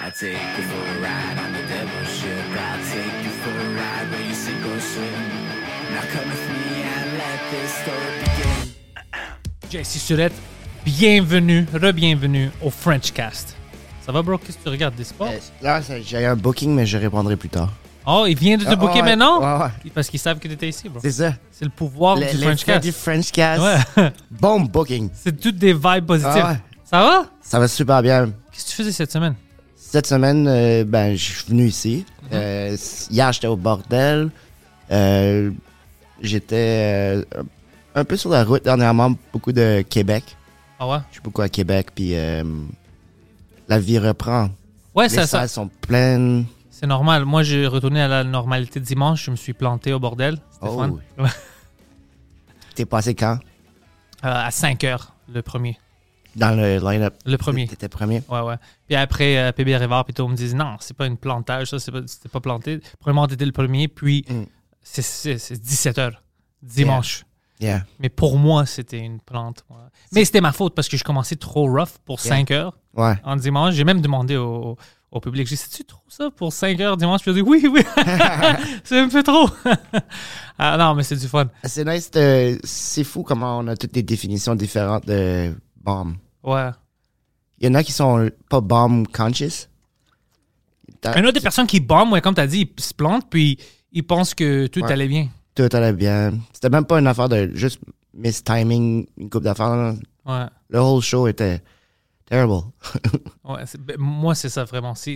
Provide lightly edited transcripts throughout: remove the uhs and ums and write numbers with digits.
I'll take you for a ride on the devil's ship. I'll take you for a ride where you sink or swim. Now come with me and let this story begin. Jesse Surette, bienvenue, re-bienvenue au Frenchcast. Ça va, bro? Qu'est-ce que tu regardes, des sports? Là, j'ai un booking, mais je répondrai plus tard. Oh, il vient de te booker maintenant? Ouais. Parce qu'ils savent que tu étais ici, bro. C'est ça. C'est le pouvoir du Frenchcast. Du Frenchcast. Ouais. Bon booking. C'est toutes des vibes positives. Ah ouais. Ça va? Ça va super bien. Qu'est-ce que tu faisais cette semaine? Cette semaine, je suis venu ici. Hier, j'étais au bordel. J'étais un peu sur la route dernièrement, beaucoup de Québec. Ah ouais? Je suis beaucoup à Québec, puis la vie reprend. Ouais, Les salles sont pleines. C'est normal. Moi, j'ai retourné à la normalité dimanche. Je me suis planté au bordel. C'était fun. Ouais. T'es passé quand? À 5 heures, le premier. Dans le line-up. Le premier. T'étais premier? Ouais. Puis après, PB Rivard, puis tout, me disait non, c'est pas une plantage, ça, c'était pas planté. Premièrement, t'étais le premier, puis c'est 17 heures, dimanche. Yeah. Mais pour moi, c'était une plante. Ouais. Mais c'était ma faute parce que je commençais trop rough pour 5 heures en dimanche. J'ai même demandé au public, j'ai dit, c'est-tu trop ça pour 5 heures dimanche? Puis j'ai dit, oui, c'est un peu trop. Non, mais c'est du fun. C'est nice, c'est fou comment on a toutes des définitions différentes de bomb. Ouais. Il y en a qui sont pas bomb conscious. Un autre des personnes qui bombent, ouais, comme tu as dit, ils se plantent, puis ils pensent que tout allait bien. Tout allait bien. C'était même pas une affaire de juste mistiming, une couple d'affaires. Là. Ouais. Le whole show était terrible. Ouais, moi, c'est ça, vraiment. C'est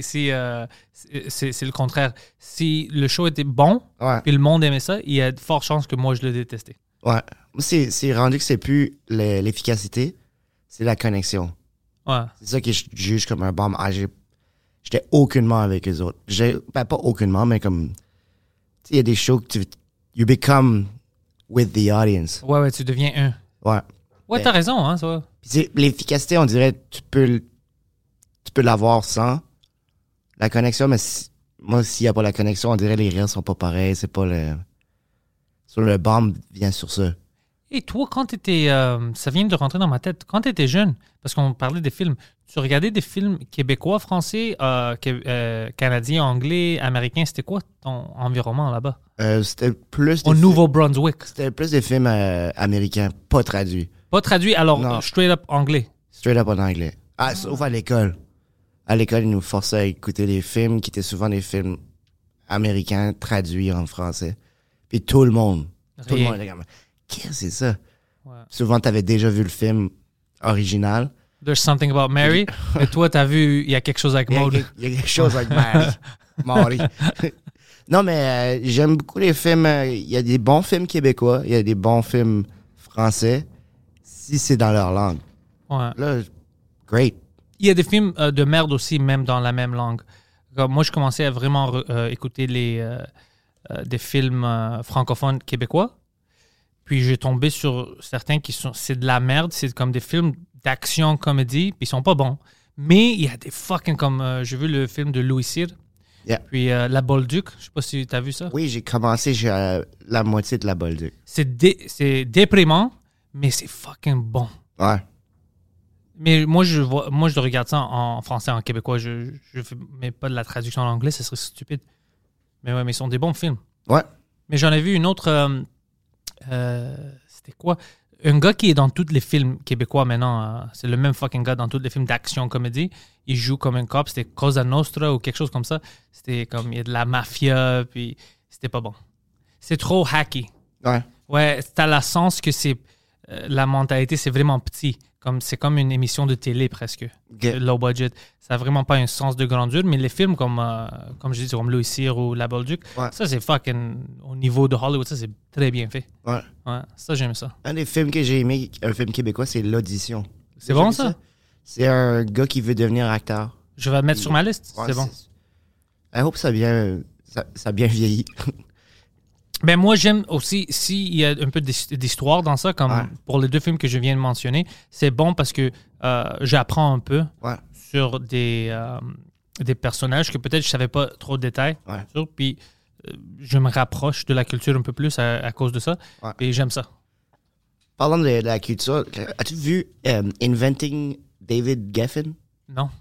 le contraire. Si le show était bon, puis le monde aimait ça, il y a de fortes chances que moi, je le détestais. Ouais. C'est rendu que c'est plus l'efficacité, c'est la connexion. Ouais. C'est ça que je juge comme un bomb. J'étais aucunement avec eux autres. Pas aucunement, mais comme... Tu sais, il y a des shows que you become with the audience. Ouais, tu deviens un. Ouais. Ouais, t'as raison, hein, ça. Puis l'efficacité, on dirait, tu peux l'avoir sans la connexion, mais moi, s'il n'y a pas la connexion, on dirait les rires sont pas pareils. C'est pas le... Sur le bomb vient sur ça. Et toi, quand t'étais... ça vient de rentrer dans ma tête. Quand t'étais jeune, parce qu'on parlait des films, tu regardais des films québécois, français, canadiens, anglais, américains. C'était quoi ton environnement là-bas? C'était plus... Au Nouveau-Brunswick. C'était plus des films américains, pas traduits. Pas traduits, alors straight up anglais. Straight up en anglais. Sauf à l'école. À l'école, ils nous forçaient à écouter des films qui étaient souvent des films américains traduits en français. Puis tout le monde était comme... Qu'est-ce que c'est ça? Ouais. Souvent, t'avais déjà vu le film original. There's Something About Mary. Et toi, t'as vu, il y a quelque chose avec Maud. Il y a quelque chose avec Mary. Non, mais j'aime beaucoup les films. Il y a des bons films québécois. Il y a des bons films français. Si c'est dans leur langue. Ouais. Là, great. Il y a des films de merde aussi, même dans la même langue. Comme moi, je commençais à vraiment écouter des films francophones québécois. Puis j'ai tombé sur certains c'est de la merde, c'est comme des films d'action, comédie, puis ils sont pas bons. Mais il y a des fucking comme... j'ai vu le film de Louis Cyr, puis La Bolduc, je sais pas si tu as vu ça. Oui, j'ai commencé, j'ai la moitié de La Bolduc. C'est déprimant, mais c'est fucking bon. Ouais. Mais moi, je regarde ça en français, en québécois. Je mets pas de la traduction en anglais, ce serait stupide. Mais ouais, mais ils sont des bons films. Ouais. Mais j'en ai vu une autre... c'était quoi? Un gars qui est dans tous les films québécois maintenant, c'est le même fucking gars dans tous les films d'action, comédie. Il joue comme un cop, c'était Cosa Nostra ou quelque chose comme ça. C'était comme, il y a de la mafia, puis c'était pas bon. C'est trop hacky. Ouais. Ouais, t'as la sens que c'est... la mentalité, c'est vraiment petit. C'est comme une émission de télé presque. Low budget. Ça n'a vraiment pas un sens de grandeur, mais les films comme je dis, comme Louis Cyr ou La Bolduc, ça c'est fucking au niveau de Hollywood, ça c'est très bien fait. Ouais. Ça j'aime ça. Un des films que j'ai aimé, un film québécois, c'est L'Audition. C'est bon ça? C'est un gars qui veut devenir acteur. Je vais le mettre sur ma liste, c'est bon. I hope ça a bien vieilli. Ben moi, j'aime aussi, s'il y a un peu d'histoire dans ça, comme pour les deux films que je viens de mentionner, c'est bon parce que j'apprends un peu sur des personnages que peut-être je ne savais pas trop de détails sur, puis je me rapproche de la culture un peu plus à cause de ça, et j'aime ça. Parlant de la culture, as-tu vu Inventing David Geffen? Non.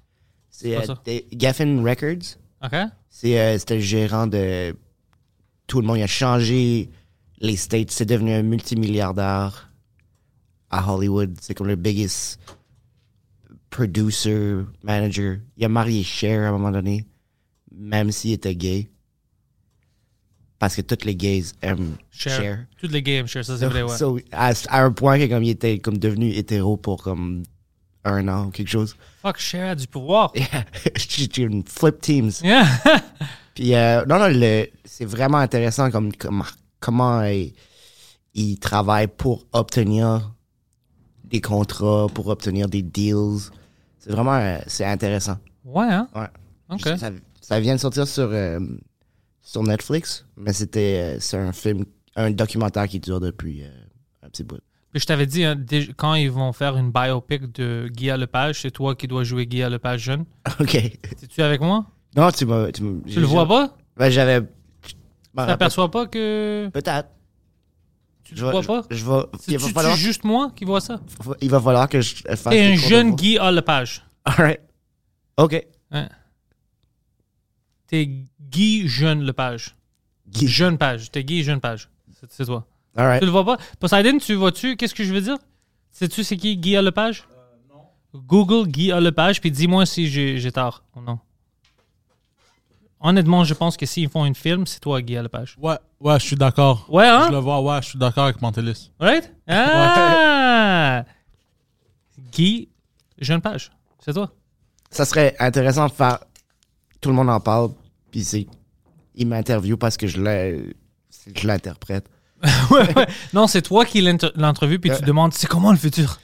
C'est quoi ça? Geffen Records. OK. C'était le gérant de tout le monde. Il a changé les States. C'est devenu un multimilliardaire à Hollywood. C'est comme le biggest producer, manager. Il a marié Cher à un moment donné, même s'il était gay. Parce que tous les gays aiment Cher. Toutes les gays aiment Cher, ça c'est vrai, ouais. So, à un point que comme il était comme devenu hétéro pour comme 1 an ou quelque chose. Fuck, Cher a du pouvoir. J'ai une flip teams. Yeah. Puis non, c'est vraiment intéressant comment il travaille pour obtenir des contrats, pour obtenir des deals. C'est vraiment c'est intéressant. Ouais, hein? Ouais. OK. Ça vient de sortir sur Netflix, mais c'est un documentaire qui dure depuis un petit bout. Puis je t'avais dit, hein, quand ils vont faire une biopic de Guy Lepage, c'est toi qui dois jouer Guy Lepage jeune. OK. Es-tu avec moi? Non, Tu le vois pas? Ben, j'avais... Tu t'aperçois pas que... Peut-être. Tu le vois pas? C'est juste moi qui vois ça? Il va falloir que je fasse... T'es un jeune Guy Lepage. All right. OK. Ouais. T'es Guy Jeune Lepage. Guy. Jeune Page. T'es Guy Jeune Page. C'est toi. All right. Tu le vois pas? Poseidon, tu vois-tu? Qu'est-ce que je veux dire? Sais-tu c'est qui Guy Lepage? Non. Google Guy Lepage, puis dis-moi si j'ai tort ou non. Honnêtement, je pense que s'ils font une film, c'est toi Guy Lepage. Ouais, je suis d'accord. Ouais, hein? Je le vois, ouais, je suis d'accord avec Mantelis. Right? Ah! Guy Jeune Page. C'est toi. Ça serait intéressant de faire... Tout le monde en parle, puis il m'interviewe parce que je l'interprète. ouais. Non, c'est toi qui l'entrevue, puis tu demandes c'est comment le futur?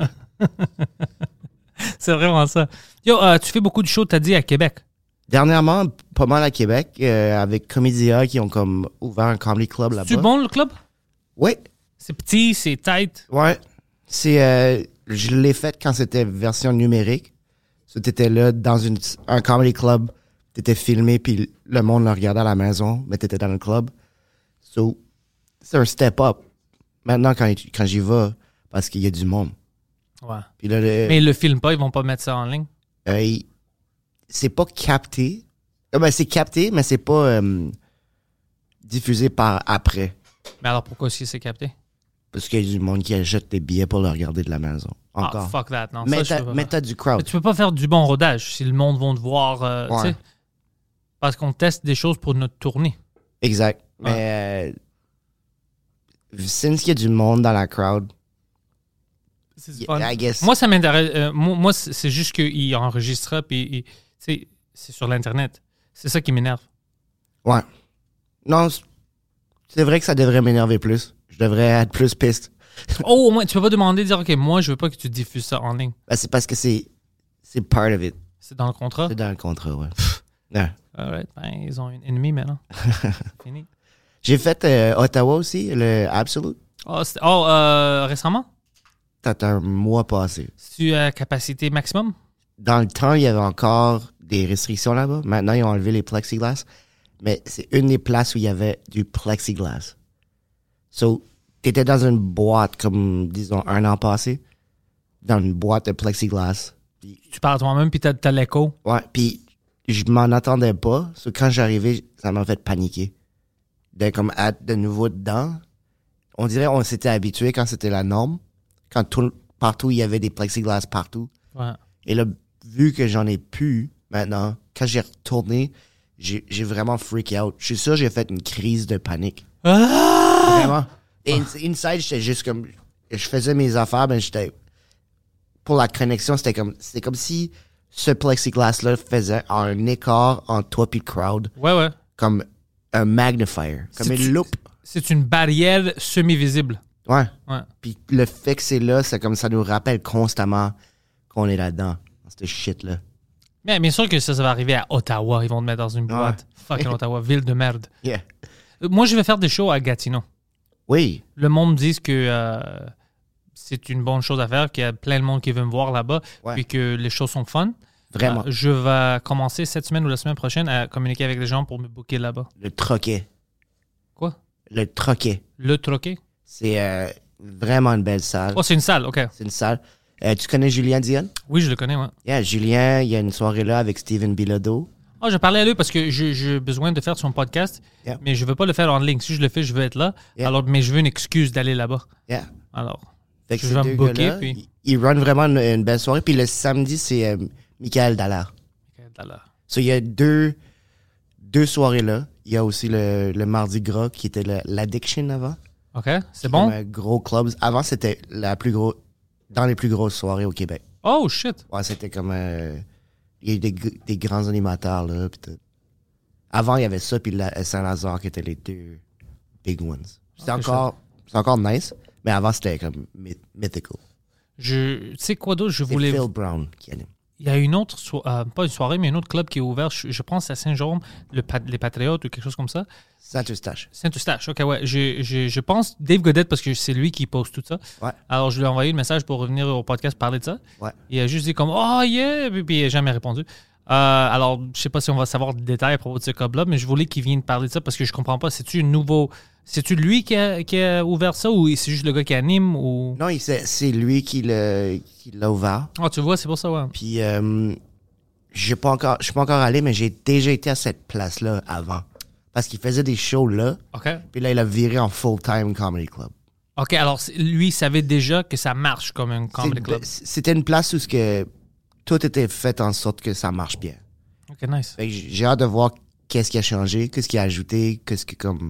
C'est vraiment ça. Yo, tu fais beaucoup de shows, t'as dit, à Québec. Dernièrement, pas mal à Québec, avec Comédia qui ont comme ouvert un comedy club là-bas. C'est bon, le club? Oui. C'est petit, c'est tight. Ouais. Je l'ai fait quand c'était version numérique. So, t'étais là dans un comedy club, t'étais filmé, puis le monde le regardait à la maison, mais t'étais dans le club. So, c'est un step up. Maintenant, quand j'y vais, parce qu'il y a du monde. Ouais. Puis là, mais ils le filment pas, ils vont pas mettre ça en ligne? C'est pas capté. Ben, c'est capté, mais c'est pas diffusé par après. Mais alors pourquoi si c'est capté? Parce qu'il y a du monde qui achète des billets pour le regarder de la maison. Encore. Ah, fuck that, non. Mais ça, t'as du crowd. Mais tu peux pas faire du bon rodage si le monde va te voir, tu sais. Parce qu'on teste des choses pour notre tournée. Exact. Mais since qu'il y a du monde dans la crowd, I guess. Moi, ça m'intéresse. Moi, c'est juste qu'il enregistre, puis c'est sur l'Internet. C'est ça qui m'énerve. Ouais. Non, c'est vrai que ça devrait m'énerver plus. Je devrais être plus piste. Oh, au moins, tu peux pas demander, dire, OK, moi, je veux pas que tu diffuses ça en ligne. Ben, c'est parce que c'est part of it. C'est dans le contrat? C'est dans le contrat, ouais. Ouais. All right. Ben, ils ont une ennemie maintenant. Fini. J'ai fait Ottawa aussi, le Absolute. Récemment? Peut-être un mois passé. C'est-tu à capacité maximum? Dans le temps, il y avait encore des restrictions là-bas. Maintenant, ils ont enlevé les plexiglas. Mais c'est une des places où il y avait du plexiglas. So, t'étais dans une boîte, comme, disons, 1 an passé. Dans une boîte de plexiglas. Tu parles toi-même, puis t'as l'écho. Ouais, puis je m'en attendais pas. So, quand j'arrivais, ça m'a fait paniquer. D'être comme de nouveau dedans. On dirait qu'on s'était habitué quand c'était la norme. Quand partout, il y avait des plexiglas partout. Ouais. Et là, vu que j'en ai plus maintenant, quand j'ai retourné, j'ai vraiment freak out. Je suis sûr que j'ai fait une crise de panique. Ah! Vraiment. Et inside, j'étais juste comme... Je faisais mes affaires, mais j'étais... Pour la connexion, c'était comme si ce plexiglas-là faisait un écart entre toi et le crowd. Ouais. Comme un magnifier. Comme une loupe. C'est une barrière semi-visible. Ouais. Puis le fait que c'est là, c'est comme ça nous rappelle constamment qu'on est là-dedans. Dans cette shit-là. Mais bien sûr que ça va arriver à Ottawa. Ils vont te mettre dans une boîte. Fucking Ottawa, ville de merde. Yeah. Moi, je vais faire des shows à Gatineau. Oui. Le monde me dit que c'est une bonne chose à faire, qu'il y a plein de monde qui veut me voir là-bas, puis que les shows sont fun. Vraiment. Je vais commencer cette semaine ou la semaine prochaine à communiquer avec les gens pour me booker là-bas. Le Troquet. Quoi? Le Troquet. Le Troquet? C'est vraiment une belle salle. Oh, c'est une salle, OK. C'est une salle. Tu connais Julien Dion? Oui, je le connais, ouais. Yeah, Julien, il y a une soirée là avec Steven Bilodeau. Ah, je parlais à lui parce que j'ai besoin de faire son podcast, Yeah. mais je veux pas le faire en ligne. Si je le fais, je veux être là. Yeah. Alors, mais je veux une excuse d'aller là-bas. Yeah. Alors, Fait que je ces vais deux me booker, gars-là, puis... ils run vraiment une belle soirée. Puis le samedi, c'est Michael Dallard. So, il y a deux soirées là. Il y a aussi le Mardi Gras qui était l'Addiction avant. OK, c'est bon? Comme un gros club. Avant, c'était dans les plus grosses soirées au Québec. Oh, shit! Ouais, c'était comme... il y a eu des grands animateurs, là. Pis tout. Avant, il y avait ça, puis Saint-Lazare, qui étaient les deux big ones. C'est encore nice, mais avant, c'était comme mythical. Tu sais quoi d'autre? Je C'est voulais... Phil Brown qui anime. Il y a une autre, pas une soirée, mais un autre club qui est ouvert, je pense à Saint-Jérôme, les Patriotes ou quelque chose comme ça. Saint-Eustache. Saint-Eustache, ok, ouais. Je pense Dave Godette, parce que c'est lui qui poste tout ça. Ouais. Alors, je lui ai envoyé le message pour revenir au podcast parler de ça. Ouais. Il a juste dit comme, oh yeah, puis il n'a jamais répondu. Alors, je sais pas si on va savoir des détails à propos de ce club-là, mais je voulais qu'il vienne parler de ça parce que je comprends pas. C'est-tu lui qui a ouvert ça ou c'est juste le gars qui anime ou... Non, c'est lui qui l'a ouvert. Ah, tu vois, c'est pour ça, ouais. Puis, je suis pas encore allé, mais j'ai déjà été à cette place-là avant. Parce qu'il faisait des shows là. OK. Puis là, il a viré en full-time comedy club. OK, alors lui, il savait déjà que ça marche comme un comedy club. C'était une place où tout était fait en sorte que ça marche bien. OK, nice. Fait que j'ai hâte de voir qu'est-ce qui a changé, qu'est-ce qui a ajouté, qu'est-ce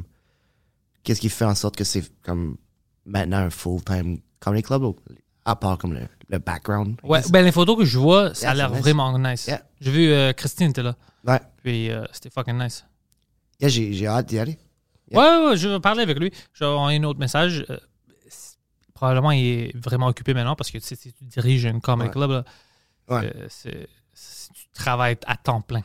qui fait en sorte que c'est comme maintenant un full-time comedy club, à part comme le background. Ouais, ben les photos que je vois, ça a l'air nice. vraiment nice. Yeah. J'ai vu Christine était là. Ouais. Puis c'était fucking nice. Yeah, j'ai hâte d'y aller. Yeah. Ouais, je vais parler avec lui. Je vais envoyer un autre message. Probablement, il est vraiment occupé maintenant parce que tu sais, si tu diriges un comedy club, là, Ouais. tu travailles à temps plein.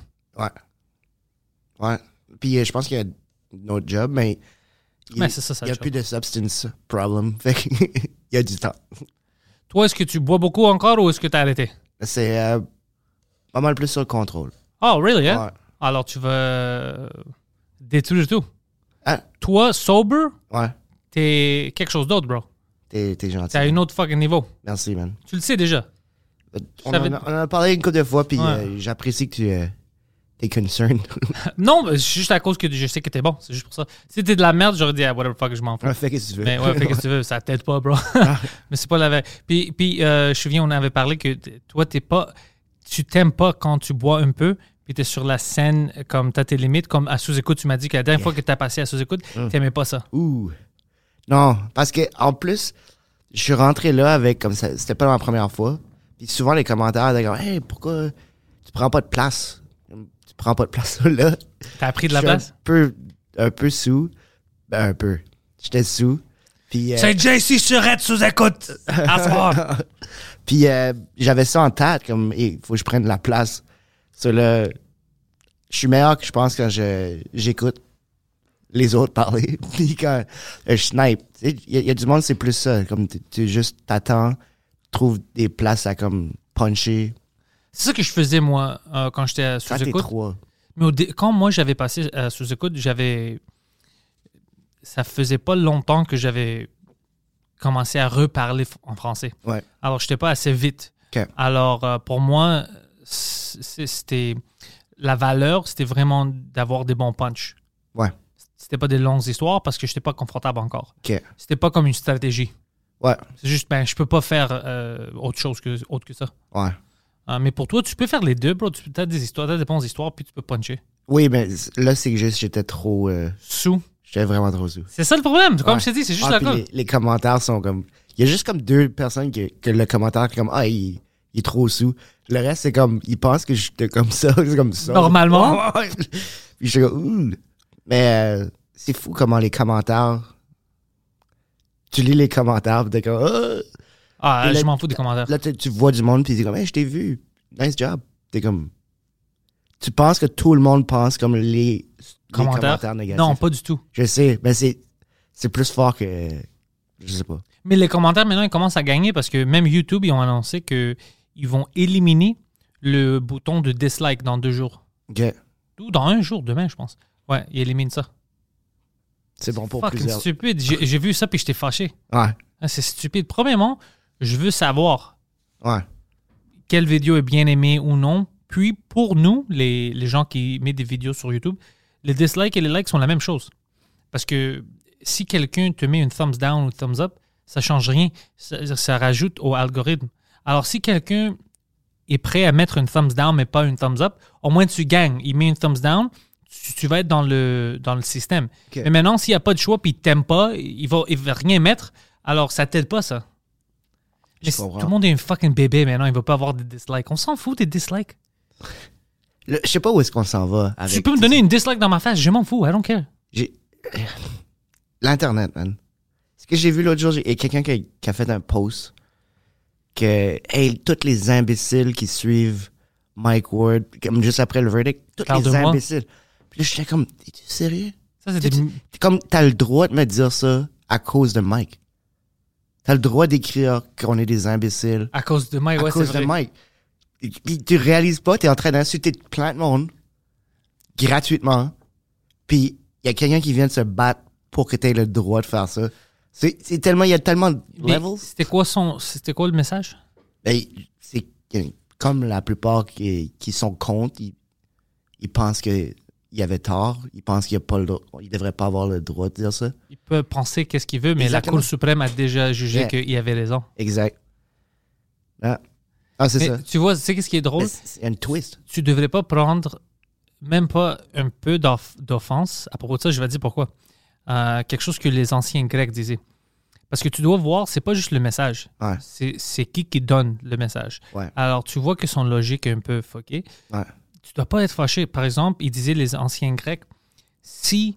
Ouais. Puis je pense qu'il y a un autre job, mais Mais c'est ça, il n'y a job. plus de substance problem. Fait qu'il y a du temps. Toi, est-ce que tu bois beaucoup encore ou est-ce que tu as arrêté? C'est pas mal plus sur le contrôle. Oh, really? Hein? Ouais. Alors, tu vas détruire tout. Hein? Toi, sober, Ouais. t'es quelque chose d'autre, bro. T'es gentil. T'es à un autre fucking niveau. Merci, man. Tu le sais déjà. On en a parlé une couple de fois, puis Ouais. j'apprécie que tu t'es concerned. Non, mais c'est juste à cause que je sais que t'es bon. C'est juste pour ça. Si t'es de la merde, j'aurais dit, ah, whatever, fuck, je m'en fous. Ouais, fais ce que tu veux. Mais ouais, fais ce que tu veux. Ça t'aide pas, bro. Mais c'est pas la veille. Puis je me souviens, on avait parlé que toi, tu t'aimes pas quand tu bois un peu, puis t'es sur la scène, comme t'as tes limites. Comme à sous-écoute, tu m'as dit que la dernière fois que t'as passé à sous-écoute, t'aimais pas ça. Ouh. Non, parce que en plus, je suis rentré là avec, comme ça, c'était pas ma première fois. Puis souvent, les commentaires étaient comme, hey, pourquoi tu prends pas de place? Tu prends pas de place là. T'as pris de la place? Un peu sous. Ben, un peu. J'étais sous. Puis, C'est JC Surette sous-écoute. À soir. Puis j'avais ça en tête, comme, il faut que je prenne de la place. So, là, je suis meilleur que je pense quand j'écoute les autres parler. Puis quand je snipe. Il y a du monde, c'est plus ça. Comme tu juste t'attends, trouves des places à comme puncher. C'est ça que je faisais, moi, quand j'étais à Quand t'es sous-écoute. trois. Mais quand moi, j'avais passé à sous-écoute, ça faisait pas longtemps que j'avais commencé à reparler en français. Ouais. Alors, j'étais pas assez vite. OK. Alors, pour moi, c'était... La valeur, c'était vraiment d'avoir des bons punchs. Ouais. C'était pas des longues histoires parce que j'étais pas confortable encore. OK. C'était pas comme une stratégie. Ouais. C'est juste, je peux pas faire autre que ça. Ouais. Mais pour toi, tu peux faire les deux, bro. Tu as des histoires, t'as des bonnes histoires, puis tu peux puncher. Oui, mais là, c'est que juste, j'étais trop... Sous. J'étais vraiment trop sous. C'est ça le problème. Comme Ouais. je t'ai dit, c'est juste Ah, la puis colle. les commentaires sont comme... Il y a juste comme 2 personnes que le commentaire est comme, ah, il est trop sous. Le reste, c'est comme, ils pensent que j'étais comme ça. C'est comme ça. Normalement. Ouais. Puis je suis comme, ouh. Mais c'est fou comment les commentaires... Tu lis les commentaires, puis t'es comme, Ah, Et je là- m'en fous des commentaires. Là, tu vois du monde, puis t'es comme, hey, je t'ai vu. Nice job. T'es comme... Tu penses que tout le monde pense comme les commentaires négatifs. Non, pas du tout. Je sais, mais c'est plus fort que... Je sais pas. Mais les commentaires, maintenant, ils commencent à gagner parce que même YouTube, ils ont annoncé qu'ils vont éliminer le bouton de dislike dans 2 jours. OK. Ou dans 1 jour, demain, je pense. Ouais, ils éliminent ça. C'est bon pour Fucking plusieurs. stupide. J'ai vu ça puis j'étais fâché. Ouais. Ah, c'est stupide. Premièrement, je veux savoir Ouais. Quelle vidéo est bien aimée ou non. Puis, pour nous, les gens qui mettent des vidéos sur YouTube, les dislikes et les likes sont la même chose. Parce que si quelqu'un te met une thumbs down ou thumbs up, ça ne change rien. Ça rajoute au algorithme. Alors, si quelqu'un est prêt à mettre une thumbs down, mais pas une thumbs up, au moins tu gagnes. Il met une thumbs down, tu vas être dans le système. Okay. Mais maintenant, s'il n'y a pas de choix puis il ne t'aime pas, il va rien mettre, alors ça ne t'aide pas, ça. Mais tout le monde est un fucking bébé maintenant, il ne va pas avoir des dislikes. On s'en fout des dislikes. Je sais pas où est-ce qu'on s'en va. Avec tu peux me donner une dislike dans ma face, je m'en fous, I don't care. L'Internet, man. Ce que j'ai vu l'autre jour, il y a quelqu'un qui a fait un post que, hey, tous les imbéciles qui suivent Mike Ward, comme juste après le verdict, tous les imbéciles. Puis là, j'étais comme, es-tu sérieux? Ça, c'est comme, t'as le droit de me dire ça à cause de Mike. T'as le droit d'écrire qu'on est des imbéciles. À cause de Mike, à cause de Mike. Puis tu réalises pas, t'es en train d'insulter plein de monde gratuitement. Puis il y a quelqu'un qui vient de se battre pour que t'aies le droit de faire ça. C'est tellement, il y a tellement de levels. C'était quoi le message? Ben, c'est comme la plupart qui sont contre, ils pensent qu'il y avait tort. Ils pensent qu'il ne devrait pas avoir le droit de dire ça. Il peut penser qu'est-ce qu'il veut, mais Exactement. la Cour suprême a déjà jugé qu'il avait raison. Exact. Ah, c'est mais ça. Tu vois, tu sais qu'est-ce qui est drôle? C'est un twist. Tu devrais pas prendre même pas un peu d'offense. À propos de ça, je vais te dire pourquoi. Quelque chose que les anciens Grecs disaient. Parce que tu dois voir, c'est pas juste le message. Ouais. C'est qui donne le message. Ouais. Alors, tu vois que son logique est un peu fucké. Ouais. Tu dois pas être fâché. Par exemple, ils disaient, les anciens Grecs, si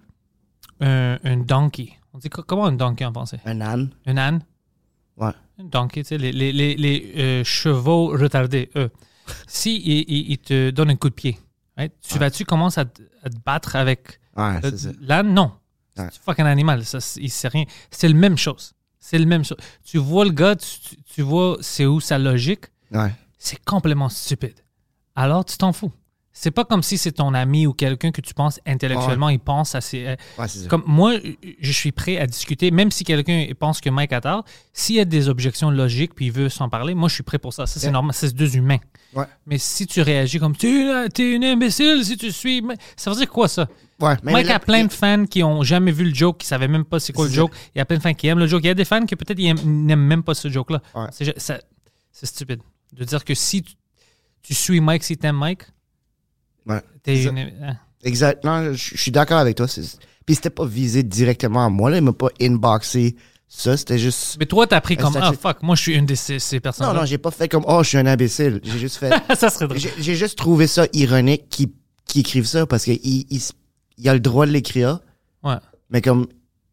un donkey, on dit comment un donkey en français? Un âne. Un âne? Ouais. Un donkey, tu sais, les chevaux retardés, eux. Si ils te donnent un coup de pied, right? Tu commences à te battre avec l'âne? Non. Ouais. C'est fucking animal. Ça, il sait rien. C'est la même chose. C'est la même chose. Tu vois le gars, tu vois c'est où sa logique. Ouais. C'est complètement stupide. Alors, tu t'en fous. C'est pas comme si c'est ton ami ou quelqu'un que tu penses intellectuellement, il pense à ses... comme moi, je suis prêt à discuter, même si quelqu'un pense que Mike a tort, s'il y a des objections logiques puis il veut s'en parler, moi, je suis prêt pour ça. Ça, c'est normal. C'est deux humains. Ouais. Mais si tu réagis comme « T'es une imbécile si tu suis... » Ça veut dire quoi, ça? Ouais, Mike a plein de fans qui ont jamais vu le joke, qui savaient même pas c'est quoi le joke. Il y a plein de fans qui aiment le joke. Il y a des fans qui peut-être n'aiment même pas ce joke-là. Ouais. C'est stupide. De dire que si tu suis Mike, si t'aimes Mike... Ouais. Exact. Non, je suis d'accord avec toi. Puis c'était pas visé directement à moi, là. Il m'a pas inboxé ça. C'était juste. Mais toi, t'as pris comme fuck, moi je suis une de ces personnes. Non, j'ai pas fait comme je suis un imbécile. J'ai juste fait. Ça serait drôle. J'ai juste trouvé ça ironique qu'ils écrivent ça parce qu'il a le droit de l'écrire. Ouais. Mais comme.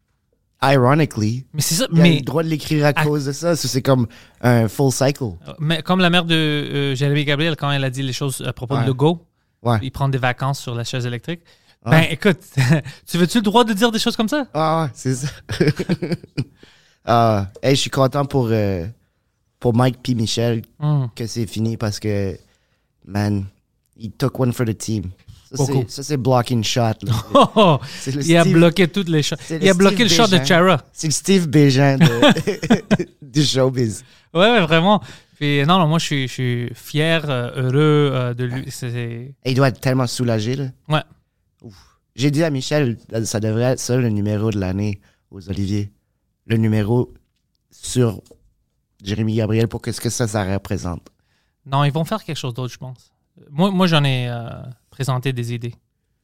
Ironically. Mais c'est ça. Il a le droit de l'écrire à cause de ça. C'est comme un full cycle. Mais comme la mère de Jérémy Gabriel, quand elle a dit les choses à propos de Legault. Ouais. Il prend des vacances sur la chaise électrique. Ouais. Ben, écoute, tu veux-tu le droit de dire des choses comme ça? Ah, ouais, c'est ça. Je suis content pour Mike puis Michel que c'est fini parce que, man, he took one for the team. Ça, c'est blocking shot. Là. Il a bloqué toutes les shots. Il a bloqué le shot de Chara. C'est le Steve Bégin du showbiz. Ouais, vraiment. Puis, non, moi, je suis fier, heureux de lui. Il doit être tellement soulagé, là. Ouais. Ouf. J'ai dit à Michel, ça devrait être ça le numéro de l'année aux Oliviers. Le numéro sur Jérémy Gabriel pour ce que ça représente. Non, ils vont faire quelque chose d'autre, je pense. Moi j'en ai présenté des idées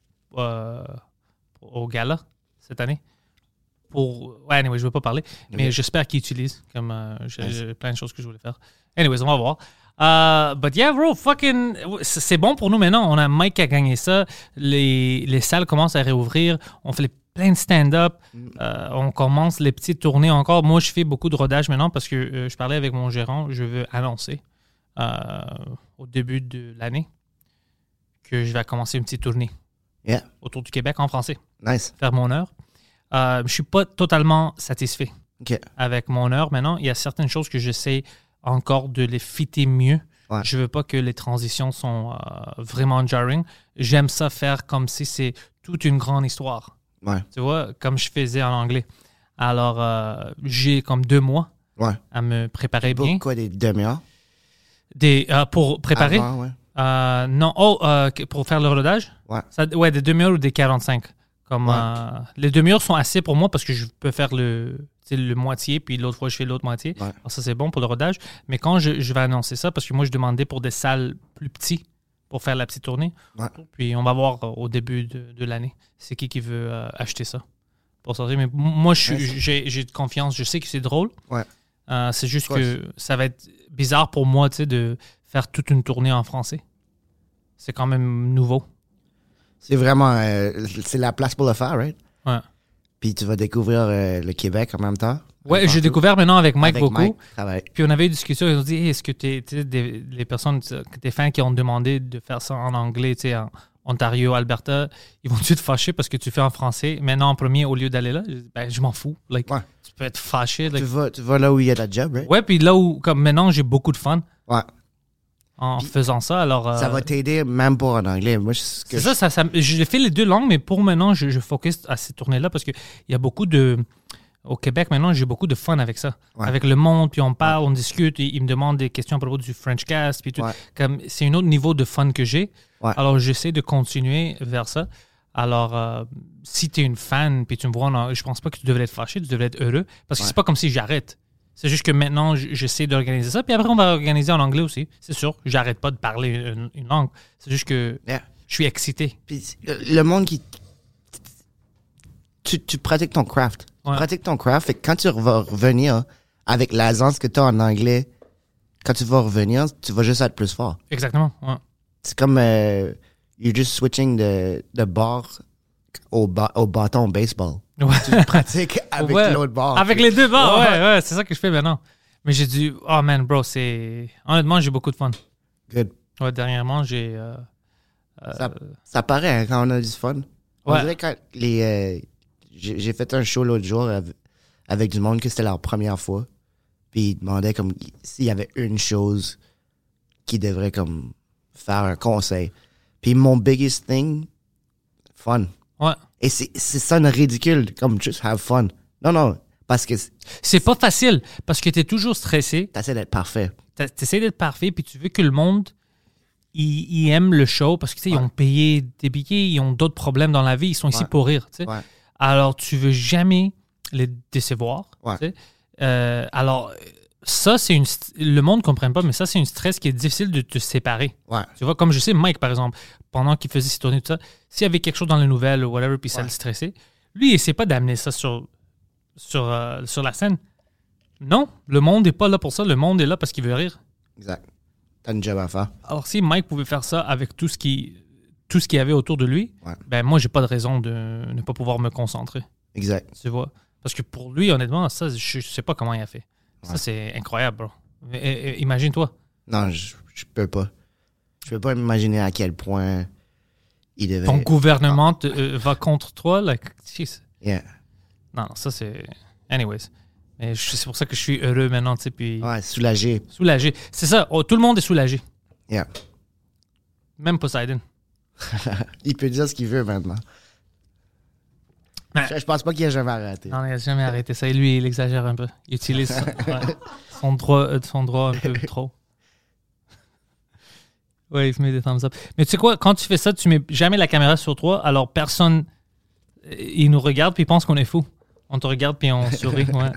au gala cette année. Anyway, je ne veux pas parler, mais j'espère qu'ils utilisent. Comme j'ai plein de choses que je voulais faire. Anyways, on va voir. But yeah, bro, fucking... C'est bon pour nous maintenant. On a Mike qui a gagné ça. Les salles commencent à réouvrir. On fait plein de stand-up. On commence les petites tournées encore. Moi, je fais beaucoup de rodage maintenant parce que je parlais avec mon gérant. Je veux annoncer au début de l'année que je vais commencer une petite tournée autour du Québec en français. Nice. Faire mon heure. Je ne suis pas totalement satisfait avec mon heure maintenant. Il y a certaines choses que j'essaie encore de les fitter mieux. Ouais. Je ne veux pas que les transitions sont vraiment jarring. J'aime ça faire comme si c'est toute une grande histoire. Ouais. Tu vois, comme je faisais en anglais. Alors, j'ai comme 2 mois à me préparer bien. Quoi, des demi-heures? Pour préparer? Avant, ouais. Non. Pour faire le rodage? Ouais. Des demi-heures ou des 45. Comme, Ouais. les demi-heures sont assez pour moi parce que je peux faire le moitié, puis l'autre fois, je fais l'autre moitié. Ouais. Alors ça, c'est bon pour le rodage. Mais quand je vais annoncer ça, parce que moi, je demandais pour des salles plus petites pour faire la petite tournée. Ouais. Puis on va voir au début de l'année c'est qui veut acheter ça pour sortir. Mais moi, j'ai de confiance. Je sais que c'est drôle. Ouais. C'est juste que ça va être bizarre pour moi, tu sais, de faire toute une tournée en français. C'est quand même nouveau. C'est vraiment... c'est la place pour le faire, right? Ouais. Puis tu vas découvrir le Québec en même temps. Ouais, j'ai découvert maintenant avec Mike beaucoup. Mike, travaille. Puis on avait eu une discussion, ils ont dit hey, est-ce que les personnes, tes fans qui ont demandé de faire ça en anglais, tu sais, en Ontario, Alberta, ils vont-tu te fâcher parce que tu fais en français maintenant en premier au lieu d'aller là? Ben, je m'en fous. Like, Ouais. Tu peux être fâché. Like. Tu vas là où il y a ta job, right? Ouais, puis là où, comme maintenant, j'ai beaucoup de fun Ouais. en faisant ça. Alors, Ça va t'aider même pour en anglais. Moi, c'est ça, j'ai fait les deux langues, mais pour maintenant, je focus à ces tournées-là parce qu'il y a beaucoup de... Au Québec, maintenant, j'ai beaucoup de fun avec ça. Ouais. Avec le monde, puis on parle, on discute, ils me demandent des questions à propos du French Cast, puis tout. Ouais. Comme, c'est un autre niveau de fun que j'ai. Ouais. Alors, j'essaie de continuer vers ça. Alors, si tu es une fan, puis tu me vois, je pense pas que tu devrais être fâché, tu devrais être heureux, parce que c'est pas comme si j'arrête. C'est juste que maintenant, j'essaie d'organiser ça, puis après, on va organiser en anglais aussi. C'est sûr, j'arrête pas de parler une langue. C'est juste que je suis excité. Puis le monde qui... Tu pratiques ton craft. Ouais. Tu pratiques ton craft, et quand tu vas revenir avec l'aisance que tu as en anglais, quand tu vas revenir, tu vas juste être plus fort. Exactement, ouais. C'est comme... you're just switching de barre au bâton au baseball. Ouais. Tu pratiques avec l'autre barre. Avec les deux barres, ouais, c'est ça que je fais maintenant. Mais j'ai dit, oh man, bro, honnêtement, j'ai beaucoup de fun. Good. Ouais, dernièrement, j'ai... Ça paraît hein, quand on a du fun. On Ouais. dirait quand j'ai fait un show l'autre jour avec du monde que c'était leur première fois. Puis ils demandaient comme s'il y avait une chose qu'ils devraient comme faire un conseil. Puis mon biggest thing, fun. Ouais. Et c'est sonne ridicule, comme just have fun. Non, parce que C'est pas facile, parce que t'es toujours stressé. t'essaies d'être parfait. T'essaies d'être parfait, puis tu veux que le monde, il aime le show, parce que, tu sais, ils ont payé des billets, ils ont d'autres problèmes dans la vie, ils sont ici pour rire, tu sais. Ouais. Alors, tu veux jamais les décevoir, Ouais. tu sais. Alors, ça, le monde ne comprend pas, mais ça, c'est un stress qui est difficile de te séparer. Ouais. Tu vois, comme je sais, Mike, par exemple, pendant qu'il faisait ses tournées, tout ça, s'il y avait quelque chose dans les nouvelles ou whatever, puis ça le stressait, lui, il essaie pas d'amener ça sur la scène. Non, le monde n'est pas là pour ça. Le monde est là parce qu'il veut rire. Exact. T'as une job à faire. Alors, si Mike pouvait faire ça avec tout ce qu'il y avait autour de lui, ben moi, j'ai pas de raison de ne pas pouvoir me concentrer. Exact. Tu vois? Parce que pour lui, honnêtement, ça, je sais pas comment il a fait. Ça, c'est incroyable, bro. Imagine-toi. Non, je peux pas. Je peux pas m'imaginer à quel point il devait... Ton gouvernement va contre toi. Like, jeez. Yeah. Non, ça, c'est... Anyways. Mais c'est pour ça que je suis heureux maintenant, tu sais, puis... Ouais, soulagé. Soulagé. C'est ça. Oh, tout le monde est soulagé. Yeah. Même Poseidon. Il peut dire ce qu'il veut maintenant. Ouais. Je pense pas qu'il a jamais arrêté. Non, il n'a jamais arrêté ça. Et lui, il exagère un peu. Il utilise son droit un peu trop. Ouais, il se met des thumbs up. Mais tu sais quoi, quand tu fais ça, tu mets jamais la caméra sur toi, alors personne, il nous regarde puis il pense qu'on est fou. On te regarde puis on sourit, ouais.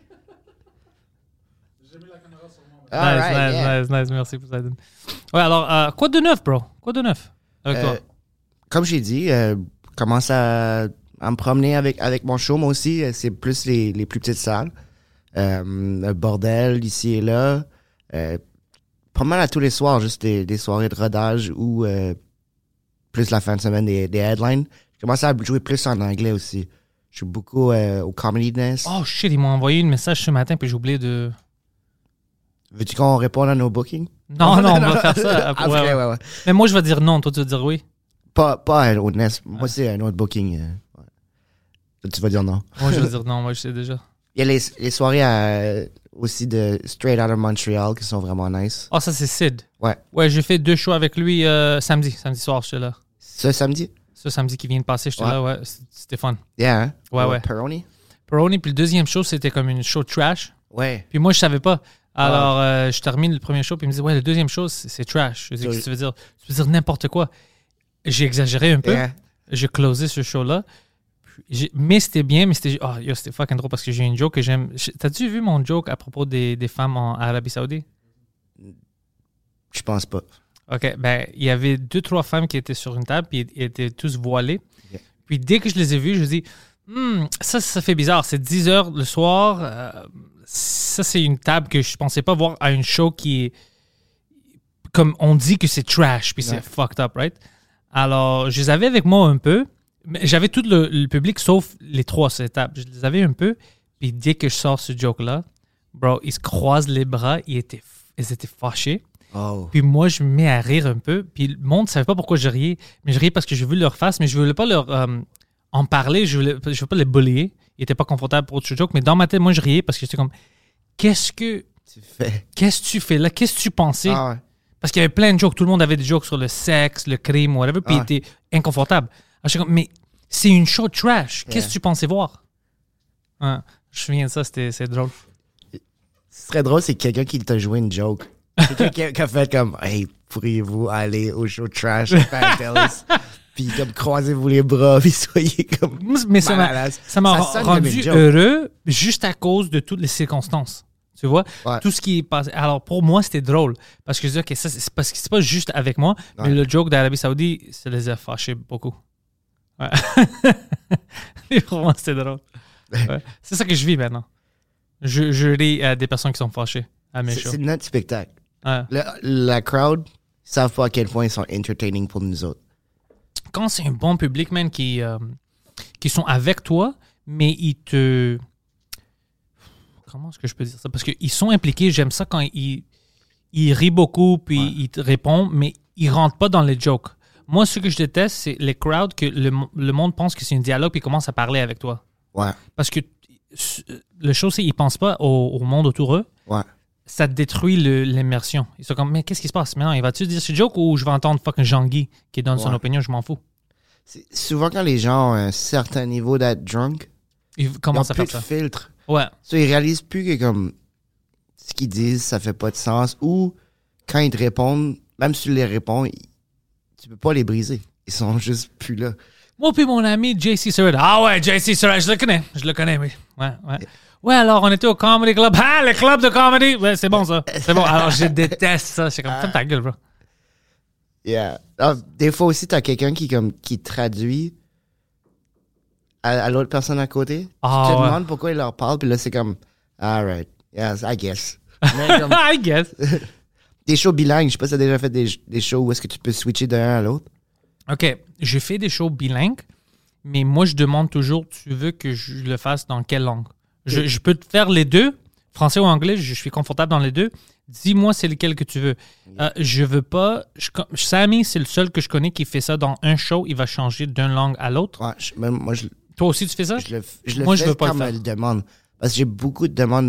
Nice, merci Poseidon. Ouais, alors, quoi de neuf, bro? Quoi de neuf avec toi? Comme j'ai dit, commence à me promener avec mon show, moi aussi. C'est plus les plus petites salles. Le bordel, ici et là. Pas mal à tous les soirs, juste des soirées de rodage ou plus la fin de semaine des headlines. Je commence à jouer plus en anglais aussi. Je joue beaucoup au Comedy Nest. Oh shit, ils m'ont envoyé un message ce matin puis j'ai oublié de... Veux-tu qu'on réponde à nos bookings? Non, on va faire ça après. Après, ouais. Mais moi, je vais dire non. Toi, tu vas dire oui. Pas au Nest. Moi, c'est un autre booking. Ouais. Tu vas dire non. Moi, je vais dire non. Moi, je sais déjà. Il y a les soirées aussi de Straight Outta Montreal qui sont vraiment nice. Oh, ça, c'est Sid. Ouais. Ouais, j'ai fait 2 shows avec lui samedi soir, j'étais là. Ce samedi? Ce samedi qui vient de passer, j'étais là, ouais. C'était fun. Yeah, hein? Ouais. Peroni? Peroni, puis le deuxième show, c'était comme une show trash. Ouais. Puis moi, je savais pas. Alors, je termine le premier show, puis il me dit, ouais, le deuxième show, c'est trash. Je dis, qu'est-ce que tu veux dire? Tu veux dire n'importe quoi. J'ai exagéré un peu. Yeah. J'ai closé ce show-là. Mais c'était bien, mais c'était fucking drôle parce que j'ai une joke que j'aime. T'as-tu vu mon joke à propos des femmes en Arabie Saoudite? Je pense pas. OK, ben, il y avait 2-3 femmes qui étaient sur une table, puis ils étaient tous voilés. Yeah. Puis dès que je les ai vues, je me dis, ça fait bizarre. C'est 10 heures le soir. Ça, c'est une table que je pensais pas voir à une show qui est. Comme on dit que c'est trash, puis c'est fucked up, right? Alors, je les avais avec moi un peu. Mais j'avais tout le public, sauf les 3 sur cette table. Je les avais un peu. Puis dès que je sors ce joke-là, bro, ils se croisent les bras. Ils étaient fâchés. Oh. Puis moi, je me mets à rire un peu. Puis le monde ne savait pas pourquoi je riais. Mais je riais parce que j'ai vu leur face. Mais je voulais pas leur en parler. Je voulais pas les bullier. Ils n'étaient pas confortables pour autre joke. Mais dans ma tête, moi, je riais parce que j'étais comme, qu'est-ce que tu fais là? Qu'est-ce que tu pensais? Ah ouais. Parce qu'il y avait plein de jokes. Tout le monde avait des jokes sur le sexe, le crime, whatever. Puis ils étaient inconfortables. Alors, j'étais comme, mais c'est une show trash. Qu'est-ce que tu pensais voir? Ouais, je me souviens de ça. C'est drôle. Ce serait drôle, c'est quelqu'un qui t'a joué une joke. Quelqu'un qui a fait comme, hey, pourriez-vous aller au show trash à Dallas? Puis comme, croisez-vous les bras, puis soyez comme. Mais ça m'a rendu heureux juste à cause de toutes les circonstances. Tu vois? Ouais. Tout ce qui est passé. Alors, pour moi, c'était drôle. Parce que je dis, OK, ça, c'est parce que c'est pas juste avec moi, mais le joke d'Arabie Saoudite, ça les a fâchés beaucoup. Ouais. Et pour moi, c'était drôle. Ouais. C'est ça que je vis maintenant. Je ris à des personnes qui sont fâchées à mes shows. C'est notre spectacle. Ouais. La crowd, ils savent pas à quel point ils sont entertaining pour nous autres. Quand c'est un bon public, man, qui sont avec toi, mais ils te... Comment est-ce que je peux dire ça? Parce qu'ils sont impliqués. J'aime ça quand ils rient beaucoup, puis ils te répondent, mais ils rentrent pas dans les jokes. Moi, ce que je déteste, c'est les crowds que le monde pense que c'est un dialogue, puis commence à parler avec toi. Ouais. Parce que le show, c'est qu'ils pensent pas au monde autour d'eux. Ouais. Ça détruit l'immersion. Ils sont comme, mais qu'est-ce qui se passe maintenant? Il va-tu dire ce joke ou je vais entendre fucking Jean-Guy qui donne son opinion? Je m'en fous. Souvent, quand les gens ont un certain niveau d'être drunk, Ils commencent à plus faire de ça. filtre. Ouais. So, ils réalisent plus que comme ce qu'ils disent, ça fait pas de sens. Ou quand ils te répondent, même si tu les réponds, tu peux pas les briser. Ils sont juste plus là. Moi puis mon ami JC Surratt. Ah ouais, JC Surratt, je le connais, oui. Ouais. Ouais, alors on était au Comedy Club. Ah, le club de comedy! Ouais, c'est bon ça. C'est bon. Alors je déteste ça. C'est comme, ferme ta gueule, bro. Yeah. Alors, des fois aussi, t'as quelqu'un qui traduit à l'autre personne à côté. Ah, tu te ouais. demandes pourquoi il leur parle, puis là, c'est comme, alright, yes, I guess. Mais comme, I guess. des shows bilingues, je sais pas si t'as déjà fait des shows où est-ce que tu peux switcher d'un à l'autre. OK, je fais des shows bilingues, mais moi, je demande toujours, tu veux que je le fasse dans quelle langue? Je peux te faire les deux, français ou anglais, je suis confortable dans les deux. Dis-moi c'est lequel que tu veux. Je veux pas... Sammy, c'est le seul que je connais qui fait ça dans un show. Il va changer d'une langue à l'autre. Ouais, même moi, Toi aussi, tu fais ça? je le Moi, fais je veux pas quand le faire. me le demande. Parce que j'ai beaucoup de demandes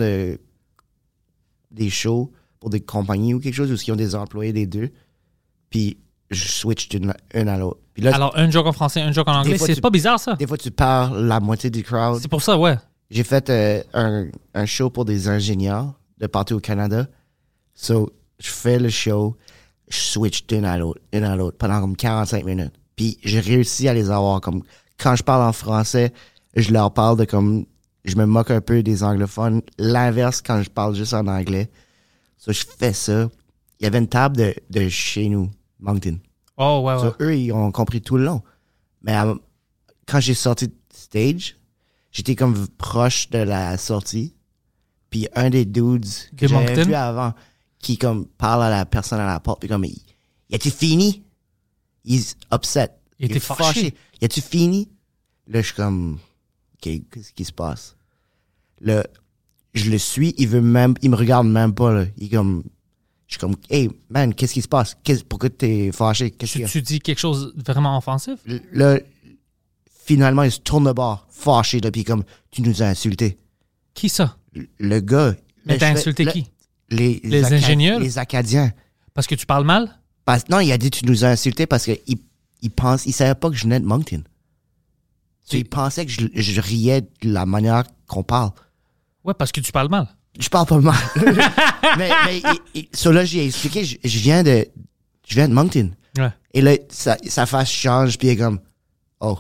des shows pour des compagnies ou quelque chose où ils ont des employés des deux. Puis je switch d'une à l'autre. Puis là, Alors, un joke en français, un joke en anglais, fois, c'est pas bizarre, ça? des fois, tu parles la moitié du crowd. C'est pour ça, ouais. J'ai fait un show pour des ingénieurs de partout au Canada. So, je fais le show, je switch d'une à l'autre, pendant comme 45 minutes. Puis j'ai réussi à les avoir comme... Quand je parle en français, je leur parle de comme... Je me moque un peu des anglophones. L'inverse quand je parle juste en anglais. So, je fais ça. Il y avait une table de chez nous, Moncton. Oh, ouais. So, eux, ils ont compris tout le long. Mais quand j'ai sorti de stage, j'étais comme proche de la sortie. Puis un des dudes que De j'avais Moncton? vu avant, qui comme parle à la personne à la porte, puis comme, y a-tu fini? He's upset. Il était fâché. Y a-tu fini? Là, je suis comme, OK, qu'est-ce qui se passe? Là, je le suis, il me regarde même pas, là. Je suis comme, hey, man, qu'est-ce qui se passe? Pourquoi t'es fâché? Qu'est-ce qu'il y a? Tu dis quelque chose de vraiment offensif? Là, finalement, il se tourne de bord, fâché, là, puis comme, tu nous as insultés. Qui ça? Le gars. Mais là, t'as je fais- insulté là, qui? Les ingénieurs? Les Acadiens. Parce que tu parles mal? Non, il a dit tu nous as insultés parce qu'il il savait pas que je venais de Moncton. So, il pensait que je riais de la manière qu'on parle. Ouais, parce que tu parles mal. Je parle pas mal. mais là, j'ai expliqué, je viens de Moncton. Ouais. Et là, sa face change, puis il est comme, oh.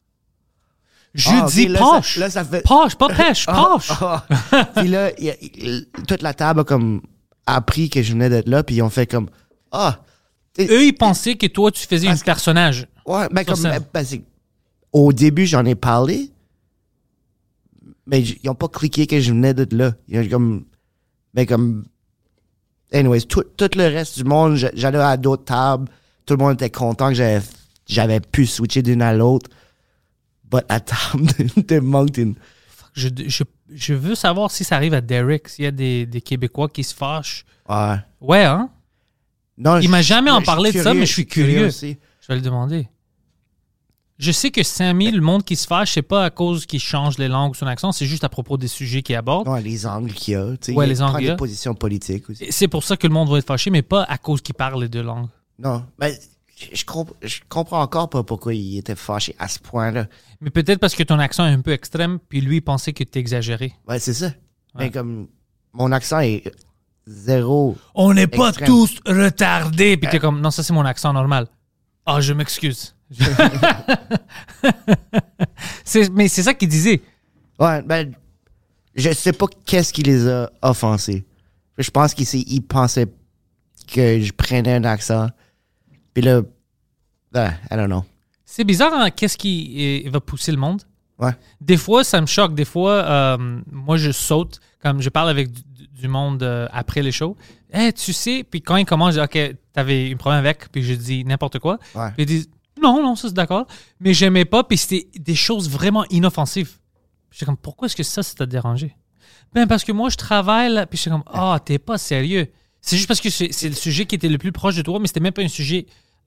Je dis là, poche. Là, ça fait... Poche, pas pêche, poche. Puis là, toute la table a comme appris que je venais d'être là, puis ils ont fait comme, Eux, ils pensaient que toi, tu faisais un personnage. Ouais, mais Sur comme, scène. au début, j'en ai parlé, mais ils n'ont pas cliqué que je venais d'être là. Ils ont comme, anyways, tout le reste du monde, j'allais à d'autres tables, tout le monde était content que j'avais pu switcher d'une à l'autre, but à table de Moncton. Je veux savoir si ça arrive à Derek, s'il y a des Québécois qui se fâchent. Ouais. Ouais, hein? Non, Il m'a jamais en parlé de ça, mais je suis curieux. aussi. Je vais le demander. Je sais que Sammy, le monde qui se fâche, c'est pas à cause qu'il change les langues ou son accent, c'est juste à propos des sujets qu'il aborde. Ouais, les angles qu'il y a. Tu sais, Ouais, il les angles prend qu'il y a. des positions politiques aussi. Et c'est pour ça que le monde va être fâché, mais pas à cause qu'il parle les deux langues. Non, mais je comprends encore pas pourquoi il était fâché à ce point-là. Mais peut-être parce que ton accent est un peu extrême, puis lui, il pensait que t'es exagéré. Ouais, c'est ça. Ouais. Mais comme, mon accent est zéro. On n'est pas Extrême. tous retardés. Puis t'es comme, non, ça c'est mon accent normal. Ah, je m'excuse. Mais c'est ça qu'il disait. Ouais, ben, je sais pas qu'est-ce qui les a offensés. Je pense qu'ils pensaient que je prenais un accent. Puis là, I don't know. C'est bizarre, hein, qu'est-ce qui va pousser le monde? Ouais. Des fois, ça me choque. Des fois, moi, je saute. Comme je parle avec du monde après les shows. Hey, tu sais, puis quand ils commencent, je dis, OK, t'avais un problème avec, puis je dis n'importe quoi. Ouais. Puis ils disent, non, ça c'est d'accord. Mais j'aimais pas, puis c'était des choses vraiment inoffensives. J'étais comme, pourquoi est-ce que ça t'a dérangé? Ben, parce que moi, je travaille là, puis j'étais comme, t'es pas sérieux. C'est juste parce que c'est le sujet qui était le plus proche de toi, mais c'était même pas un sujet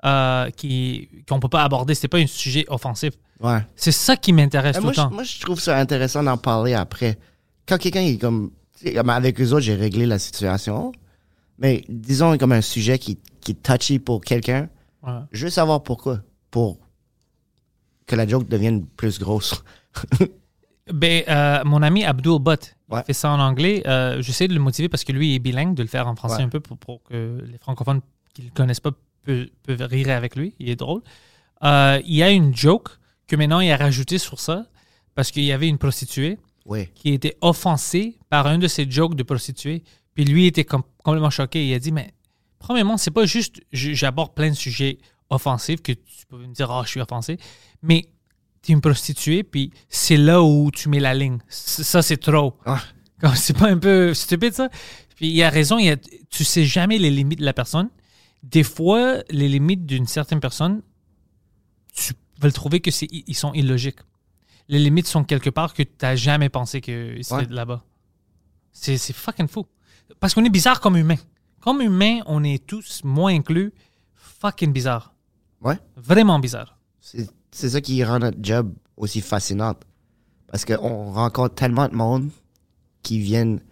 qu'on peut pas aborder. C'était pas un sujet offensif. Ouais. C'est ça qui m'intéresse tout le temps. Moi, je trouve ça intéressant d'en parler après. Quand quelqu'un est comme, tu sais, comme avec eux autres, j'ai réglé la situation. Mais disons, comme un sujet qui est touchy pour quelqu'un, Ouais. je veux savoir pourquoi. Pour que la joke devienne plus grosse. Ben, mon ami Abdul Butt, il Ouais. fait ça en anglais. J'essaie de le motiver parce que lui il est bilingue, de le faire en français Ouais. un peu pour que les francophones qui ne le connaissent pas peuvent rire avec lui. Il est drôle. Il y a une joke que maintenant il a rajouté sur ça parce qu'il y avait une prostituée Oui. qui était offensée par un de ses jokes de prostituée. Puis lui était complètement choqué. Il a dit, mais premièrement, c'est pas juste j'aborde plein de sujets offensifs que tu peux me dire, je suis offensé, mais t'es une prostituée, puis c'est là où tu mets la ligne. Ça, c'est trop. Ah. Comme, c'est pas un peu stupide, ça? Puis il a raison, tu sais jamais les limites de la personne. Des fois, les limites d'une certaine personne, tu vas le trouver que ils sont illogiques. Les limites sont quelque part que tu n'as jamais pensé qu'ils seraient là-bas. C'est fucking fou. Parce qu'on est bizarre comme humain. Comme humain, on est tous, moi inclus, fucking bizarre. Ouais. Vraiment bizarre. C'est ça qui rend notre job aussi fascinant. Parce qu'on rencontre tellement de monde qui viennent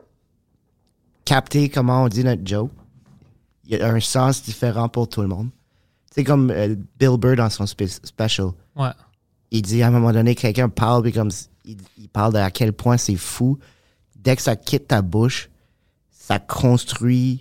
capter comment on dit notre joke. Il y a un sens différent pour tout le monde. C'est comme Bill Burr dans son special. Ouais. Il dit à un moment donné, quelqu'un parle, puis comme il parle de à quel point c'est fou. Dès que ça quitte ta bouche, ça se construit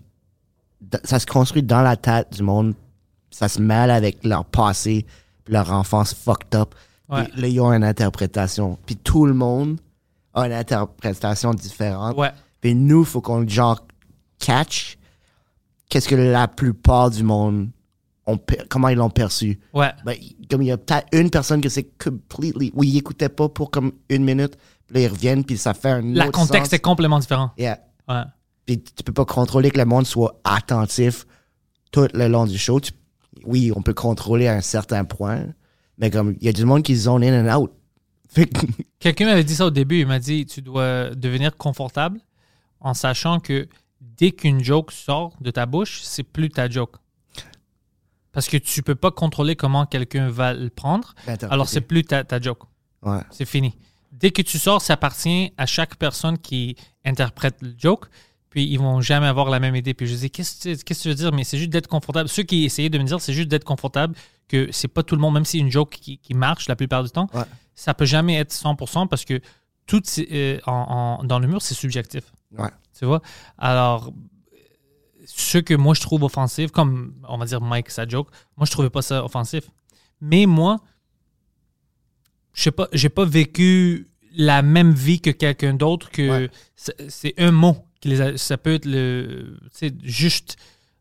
dans la tête du monde. Ça se mêle avec leur passé, puis leur enfance fucked up. Ouais. Puis là, ils ont une interprétation. Puis tout le monde a une interprétation différente. Ouais. Puis nous, il faut qu'on genre catch qu'est-ce que la plupart du monde comment ils l'ont perçu. Ouais. Ben, comme il y a peut-être une personne que c'est completely... Oui, ils écoutaient pas pour comme une minute, puis là, ils reviennent, puis ça fait un Le autre contexte sens. est complètement différent. Yeah. Ouais. Puis tu peux pas contrôler que le monde soit attentif tout le long du show. Oui, on peut contrôler à un certain point, mais comme il y a du monde qui zone in and out. Fait que- Quelqu'un m'avait dit ça au début. Il m'a dit, tu dois devenir confortable en sachant que dès qu'une joke sort de ta bouche, c'est plus ta joke. Parce que tu peux pas contrôler comment quelqu'un va le prendre. Alors, c'est plus ta joke. Ouais. C'est fini. Dès que tu sors, ça appartient à chaque personne qui interprète le joke. Puis, ils vont jamais avoir la même idée. Puis, je dis, qu'est-ce que tu veux dire? Mais c'est juste d'être confortable. Ceux qui essayaient de me dire, c'est juste d'être confortable, que c'est pas tout le monde, même si une joke qui marche la plupart du temps, Ouais. ça peut jamais être 100% parce que tout dans l'humour, c'est subjectif. Ouais. Tu vois? Alors, ce que moi, je trouve offensif, comme, on va dire, Mike, sa joke, moi, je trouvais pas ça offensif. Mais moi, je sais pas, j'ai pas vécu la même vie que quelqu'un d'autre, que Ouais. c'est un mot. Ça peut être juste...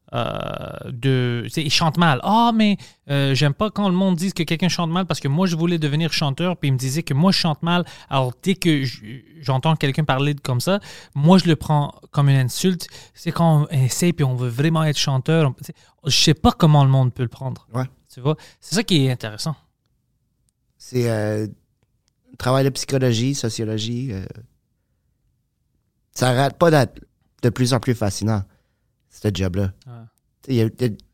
il chante mal. Ah, mais j'aime pas quand le monde dit que quelqu'un chante mal parce que moi, je voulais devenir chanteur, puis il me disait que moi, je chante mal. Alors, dès que j'entends quelqu'un parler comme ça, moi, je le prends comme une insulte. C'est quand on essaie puis on veut vraiment être chanteur. Je sais pas comment le monde peut le prendre. Ouais. Tu vois? C'est ça qui est intéressant. C'est travail de psychologie, sociologie. Ça arrête pas d'être de plus en plus fascinant, ce job-là. Ouais.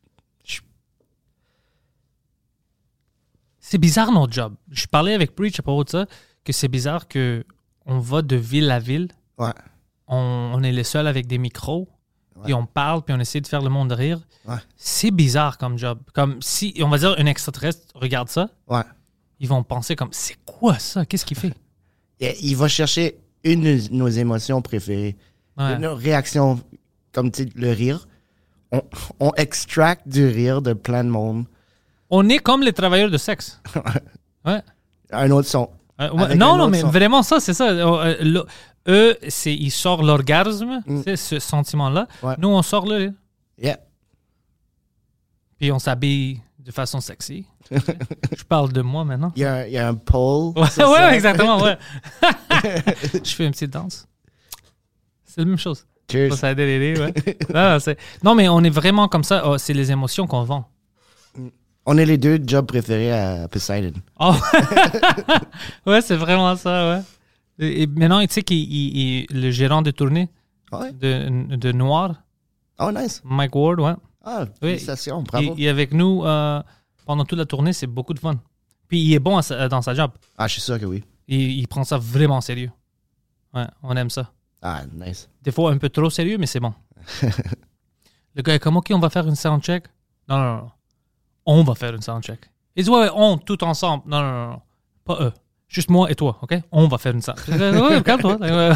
C'est bizarre, notre job. Je parlais avec Preach à propos de ça, que c'est bizarre qu'on va de ville à ville. Ouais. On est les seuls avec des micros. Ouais. Puis on parle, puis on essaie de faire le monde rire. Ouais. C'est bizarre comme job. Comme si, on va dire, un extraterrestre regarde ça, Ouais. ils vont penser comme, c'est quoi ça? Qu'est-ce qu'il fait? Il va chercher une de nos émotions préférées. Ouais. Une réaction, comme tu sais, le rire. On extracte du rire de plein de monde. On est comme les travailleurs de sexe. Ouais. Un autre son. Avec Non, un non, autre mais son. vraiment ça, c'est ça. Eux, ils sortent l'orgasme, c'est ce sentiment-là. Ouais. Nous, on sort le rire. Yeah. Puis on s'habille de façon sexy. Je parle de moi maintenant. Il y a un pole. Ouais, sur ouais, ça. exactement, ouais. Je fais une petite danse. C'est la même chose. Cheers. Faut s'aider les ouais. Non, mais on est vraiment comme ça. Oh, c'est les émotions qu'on vend. On est les deux jobs préférés à Poseidon. Oh. Ouais, c'est vraiment ça, ouais. Et maintenant, tu sais le gérant de tournée Ouais. de Noir, Oh, nice. Mike Ward, ouais. Ah, Oui. félicitations, bravo. Il est avec nous pendant toute la tournée, c'est beaucoup de fun. Puis il est bon dans sa job. Ah, je suis sûr que oui. Il prend ça vraiment sérieux. Ouais, on aime ça. Ah, nice. Des fois un peu trop sérieux, mais c'est bon. Le gars est comme, OK, on va faire une soundcheck. Non. On va faire une soundcheck. Il dit, ouais, on, tout ensemble. Non. Pas eux. Juste moi et toi, OK? On va faire une soundcheck. Ouais, calme-toi.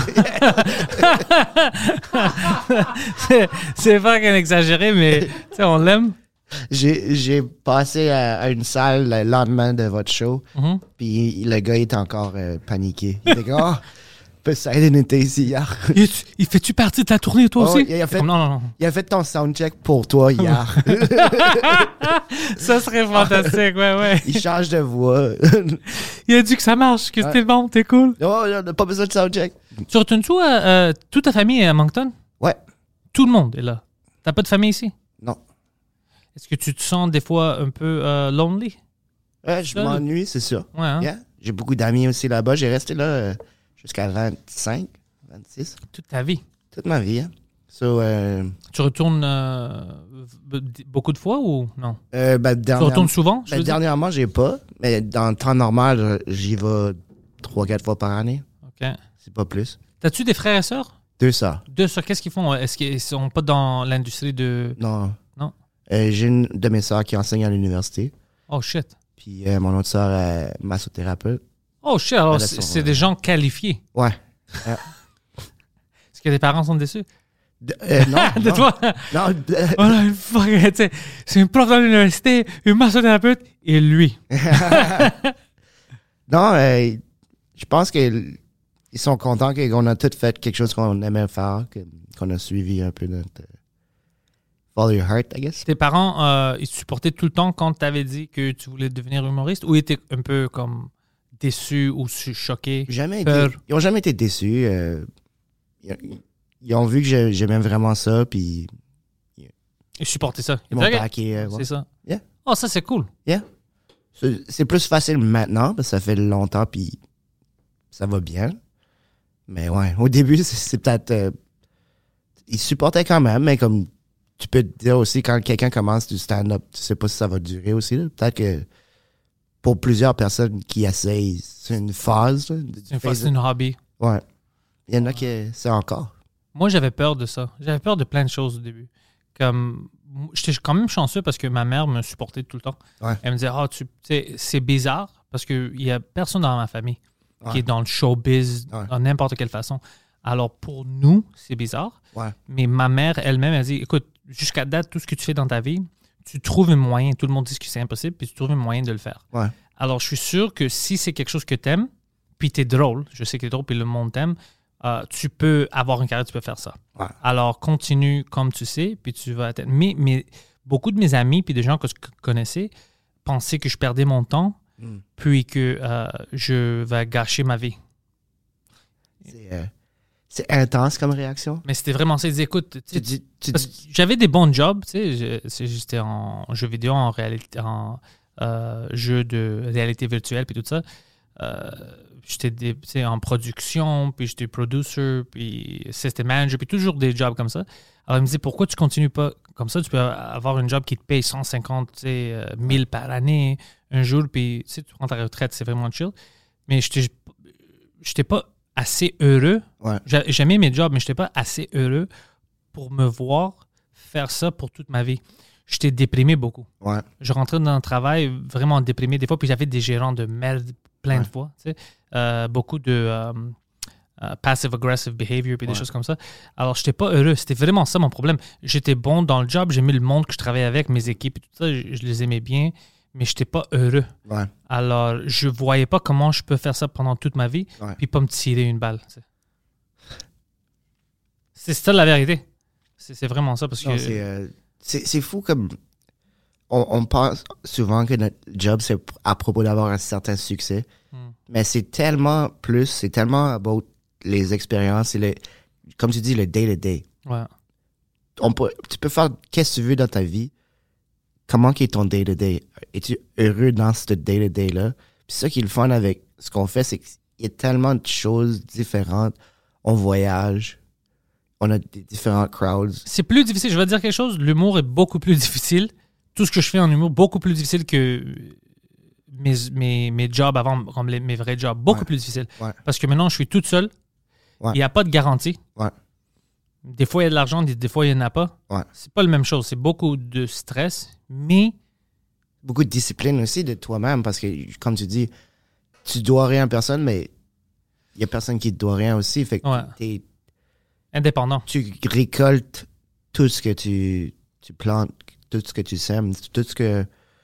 C'est pas qu'un exagéré, mais tu sais, on l'aime. J'ai passé à une salle le lendemain de votre show, Mhm. puis le gars est encore paniqué. Il était comme, oh, Poseidon était ici hier. Il fait-tu partie de ta tournée, toi Oh, aussi? il a fait- Comme, non. Il a fait ton soundcheck pour toi hier. Ça serait fantastique, ouais. Il change de voix. Il a dit que ça marche, que t'es bon, t'es cool. Oh, on n'a pas besoin de soundcheck. Tu retournes-tu toute ta famille est à Moncton? Ouais. Tout le monde est là. T'as pas de famille ici? Non. Est-ce que tu te sens des fois un peu lonely? Ouais, je Ça, m'ennuie, c'est sûr. Ouais, hein? Yeah. J'ai beaucoup d'amis aussi là-bas. J'ai resté là jusqu'à 25, 26. Toute ta vie. Toute ma vie. Hein. So, Tu retournes beaucoup de fois ou non? Tu dernièrement, retournes souvent? je veux dire? dernièrement, j'ai pas. Mais dans le temps normal, j'y vais 3-4 fois par année. OK. C'est pas plus. T'as-tu des frères et sœurs? 2 sœurs. Deux sœurs, qu'est-ce qu'ils font? Est-ce qu'ils sont pas dans l'industrie de... Non. Non? J'ai une de mes sœurs qui enseigne à l'université. Oh, shit. Puis mon autre sœur est massothérapeute. Oh, shit. Alors, Elle a c'est son- des gens qualifiés. Ouais. Est-ce que tes parents sont déçus? Non. De non. toi? Non. Oh là, fuck, tu sais, c'est une prof dans l'université, une massothérapeute, et lui. Non, je pense qu'ils sont contents qu'on a tous fait quelque chose qu'on aimait faire, qu'on a suivi un peu notre follow your heart, I guess. Tes parents, ils te supportaient tout le temps quand tu avais dit que tu voulais devenir humoriste, ou ils étaient un peu comme déçus ou choqués? Jamais Peur. ils ont jamais été déçus. Ils ont vu que j'aimais vraiment ça, puis Ils supportaient ça. ils m'ont disaient, OK, backé. Ouais. c'est ça. Yeah. Oh, ça, c'est cool. C'est plus facile maintenant, parce que ça fait longtemps, puis ça va bien. Mais ouais, au début, c'est peut-être... ils supportaient quand même, mais comme tu peux te dire aussi, quand quelqu'un commence du stand-up, tu sais pas si ça va durer aussi. là. Peut-être que pour plusieurs personnes qui essayent, c'est une phase. là, C'est une fois, c'est une hobby. Ouais. Il y en a qui... C'est encore. Moi, j'avais peur de ça. J'avais peur de plein de choses au début. Comme, j'étais quand même chanceux parce que ma mère me supportait tout le temps. Ouais. Elle me disait, tu sais, c'est bizarre parce qu'il n'y a personne dans ma famille. qui est dans le showbiz, dans n'importe quelle façon. Alors, pour nous, c'est bizarre. Ouais. Mais ma mère elle-même, elle dit, écoute, jusqu'à date, tout ce que tu fais dans ta vie, tu trouves un moyen. Tout le monde dit que c'est impossible, puis tu trouves un moyen de le faire. Ouais. Alors, je suis sûr que si c'est quelque chose que tu aimes, puis tu es drôle, je sais que tu es drôle, puis le monde t'aime, tu peux avoir une carrière, tu peux faire ça. Ouais. Alors, continue comme tu sais, puis tu vas atteindre. Mais beaucoup de mes amis, puis des gens que je connaissais, pensaient que je perdais mon temps, puis que je vais gâcher ma vie. C'est intense comme réaction. Mais c'était vraiment ça. Ils disaient, écoute, parce que j'avais des bons jobs, tu sais, j'étais en jeu vidéo, en réalité, en jeu de réalité virtuelle, puis tout ça. J'étais en production, puis j'étais producer, puis system manager, puis toujours des jobs comme ça. Alors, ils me disaient, pourquoi tu continues pas comme ça? Tu peux avoir un job qui te paye 150 000 par année, un jour, puis tu prends ta retraite, c'est vraiment chill. Mais j'étais pas assez heureux. Ouais. J'aimais mes jobs, mais j'étais pas assez heureux pour me voir faire ça pour toute ma vie. J'étais déprimé beaucoup. Ouais. Je rentrais dans le travail vraiment déprimé des fois, puis j'avais des gérants de merde plein de fois. Tu sais. Beaucoup de passive-aggressive behavior puis des choses comme ça. Alors, j'étais pas heureux. C'était vraiment ça mon problème. J'étais bon dans le job, j'aimais le monde que je travaillais avec, mes équipes et tout ça, je les aimais bien, mais j'étais pas heureux. Ouais. Alors, je voyais pas comment je peux faire ça pendant toute ma vie puis pas me tirer une balle. Tu sais. C'est ça la vérité. C'est vraiment ça parce que... C'est fou comme... On pense souvent que notre job, c'est à propos d'avoir un certain succès. Mais c'est tellement plus, c'est tellement about les expériences et comme tu dis, le day-to-day. Ouais. Tu peux faire qu'est-ce que tu veux dans ta vie. Comment est ton day-to-day? Es-tu heureux dans ce day-to-day-là? Puis ça qui est le fun avec ce qu'on fait, c'est qu'il y a tellement de choses différentes. On voyage. On a des différents crowds. C'est plus difficile. Je vais te dire quelque chose. L'humour est beaucoup plus difficile. Tout ce que je fais en humour, beaucoup plus difficile que mes jobs avant, comme mes vrais jobs. Beaucoup plus difficile. Ouais. Parce que maintenant, je suis toute seule. Il n'y a pas de garantie. Ouais. Des fois, il y a de l'argent, des fois, il n'y en a pas. Ouais. C'est pas la même chose. C'est beaucoup de stress, mais... Beaucoup de discipline aussi de toi-même parce que, comme tu dis, tu dois rien à personne, mais il y a personne qui te doit rien aussi. Fait que t'es indépendant. Tu récoltes tout ce que tu plantes, tout ce que tu sèmes, tout ce que...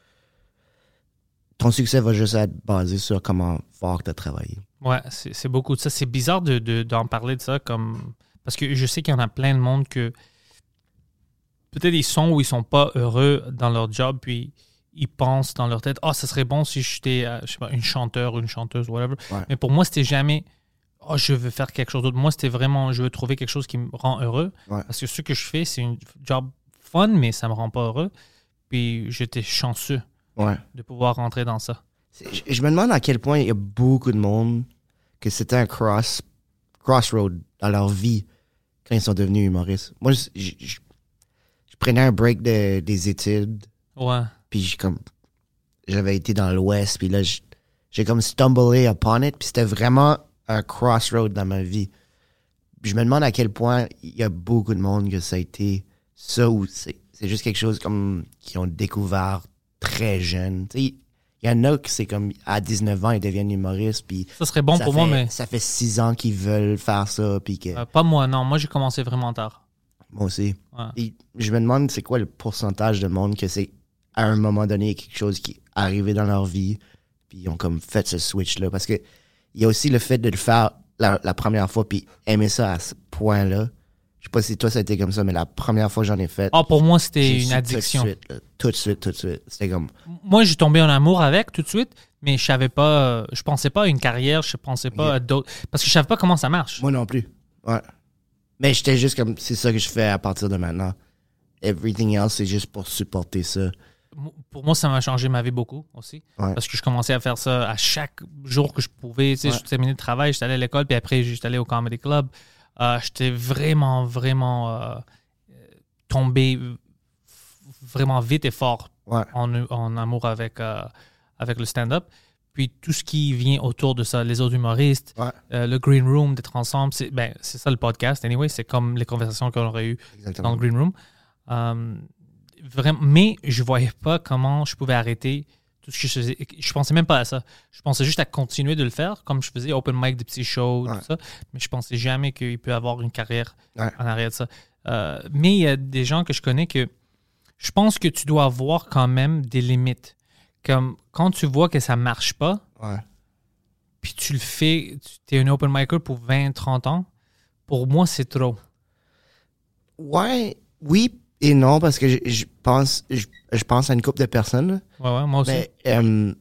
Ton succès va juste être basé sur comment fort tu as travaillé. Ouais, c'est beaucoup de ça. C'est bizarre d'en parler de ça comme... Parce que je sais qu'il y en a plein de monde que peut-être ils sont ou ils sont pas heureux dans leur job, puis ils pensent dans leur tête « Ah, ça serait bon si j'étais, je sais pas, une chanteur ou une chanteuse, whatever. Ouais. » Mais pour moi, c'était jamais « Ah, je veux faire quelque chose d'autre. » Moi, c'était vraiment « Je veux trouver quelque chose qui me rend heureux. Ouais. » Parce que ce que je fais, c'est un job fun, mais ça me rend pas heureux. Puis j'étais chanceux de pouvoir rentrer dans ça. Je me demande à quel point il y a beaucoup de monde que c'était un crossroad dans leur vie quand ils sont devenus humoristes. Moi, je prenais un break des études. Ouais. Puis j'avais été dans l'Ouest, puis là, j'ai comme stumblé upon it, puis c'était vraiment un crossroad dans ma vie. Puis je me demande à quel point il y a beaucoup de monde que ça a été ça, ou c'est juste quelque chose comme qu'ils ont découvert très jeune. Tu sais, il y en a qui c'est comme à 19 ans, ils deviennent humoristes, puis ça serait bon pour moi, mais... Ça fait 6 ans qu'ils veulent faire ça, puis que... pas moi, non. Moi, j'ai commencé vraiment tard. Moi aussi. Ouais. Et je me demande c'est quoi le pourcentage de monde que c'est à un moment donné quelque chose qui est arrivé dans leur vie, puis ils ont comme fait ce switch-là. Parce que il y a aussi le fait de le faire la première fois, puis aimer ça à ce point-là. Je sais pas si toi ça a été comme ça, mais la première fois que j'en ai fait... Ah, pour moi, c'était une addiction. Tout de suite. C'était comme... Moi, j'ai tombé en amour avec tout de suite, mais je savais pas... Je pensais pas à une carrière, je pensais pas à d'autres... Parce que je savais pas comment ça marche. Moi non plus. Ouais. Mais j'étais juste comme... C'est ça que je fais à partir de maintenant. Everything else, c'est juste pour supporter ça. Pour moi, ça m'a changé ma vie beaucoup aussi. Ouais. Parce que je commençais à faire ça à chaque jour que je pouvais. Tu sais, je terminais le travail, j'étais allé à l'école, puis après, j'étais allé au Comedy Club. J'étais vraiment tombé vraiment vite et fort en amour avec le stand-up. Puis tout ce qui vient autour de ça, les autres humoristes, le Green Room, d'être ensemble, c'est ça le podcast. Anyway, c'est comme les conversations qu'on aurait eues dans le Green Room. Mais je voyais pas comment je pouvais arrêter tout ce que je faisais. Je pensais même pas à ça. Je pensais juste à continuer de le faire, comme je faisais open mic, des petits shows, tout ça. Mais je pensais jamais qu'il peut avoir une carrière en arrière de ça. Mais il y a des gens que je connais que je pense que tu dois avoir quand même des limites. Comme quand tu vois que ça marche pas, puis tu le fais, tu es un open micer pour 20, 30 ans, pour moi, c'est trop. Ouais, oui et non, parce que je pense à une couple de personnes. Ouais, moi aussi. Mais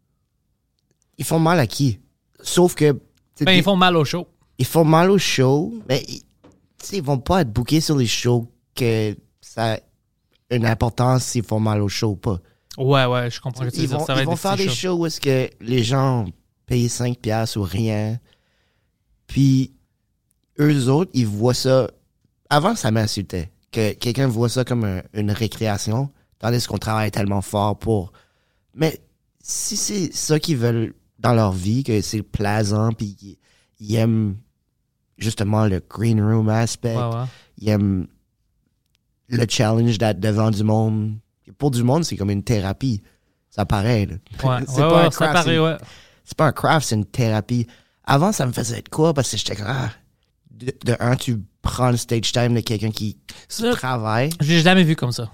ils font mal à qui? Sauf que... ils font mal au show. Ils font mal au show, mais ils vont pas être bookés sur les shows que ça a une importance s'ils font mal au show ou pas. Ouais, je comprends. Ils vont faire des shows où est-ce que les gens payent 5$ ou rien. Puis, eux autres, ils voient ça... Avant, ça m'insultait. Que quelqu'un voit ça comme une récréation, tandis qu'on travaille tellement fort pour... Mais si c'est ça qu'ils veulent dans leur vie, que c'est plaisant, puis ils aiment justement le green room aspect, ils aiment le challenge d'être devant du monde. Pour du monde, c'est comme une thérapie. Ça paraît. C'est pas un craft, c'est pas un craft, c'est une thérapie. Avant, ça me faisait être quoi? Parce que j'étais comme... De un, tu prends le stage time de quelqu'un qui travaille. Je l'ai jamais vu comme ça.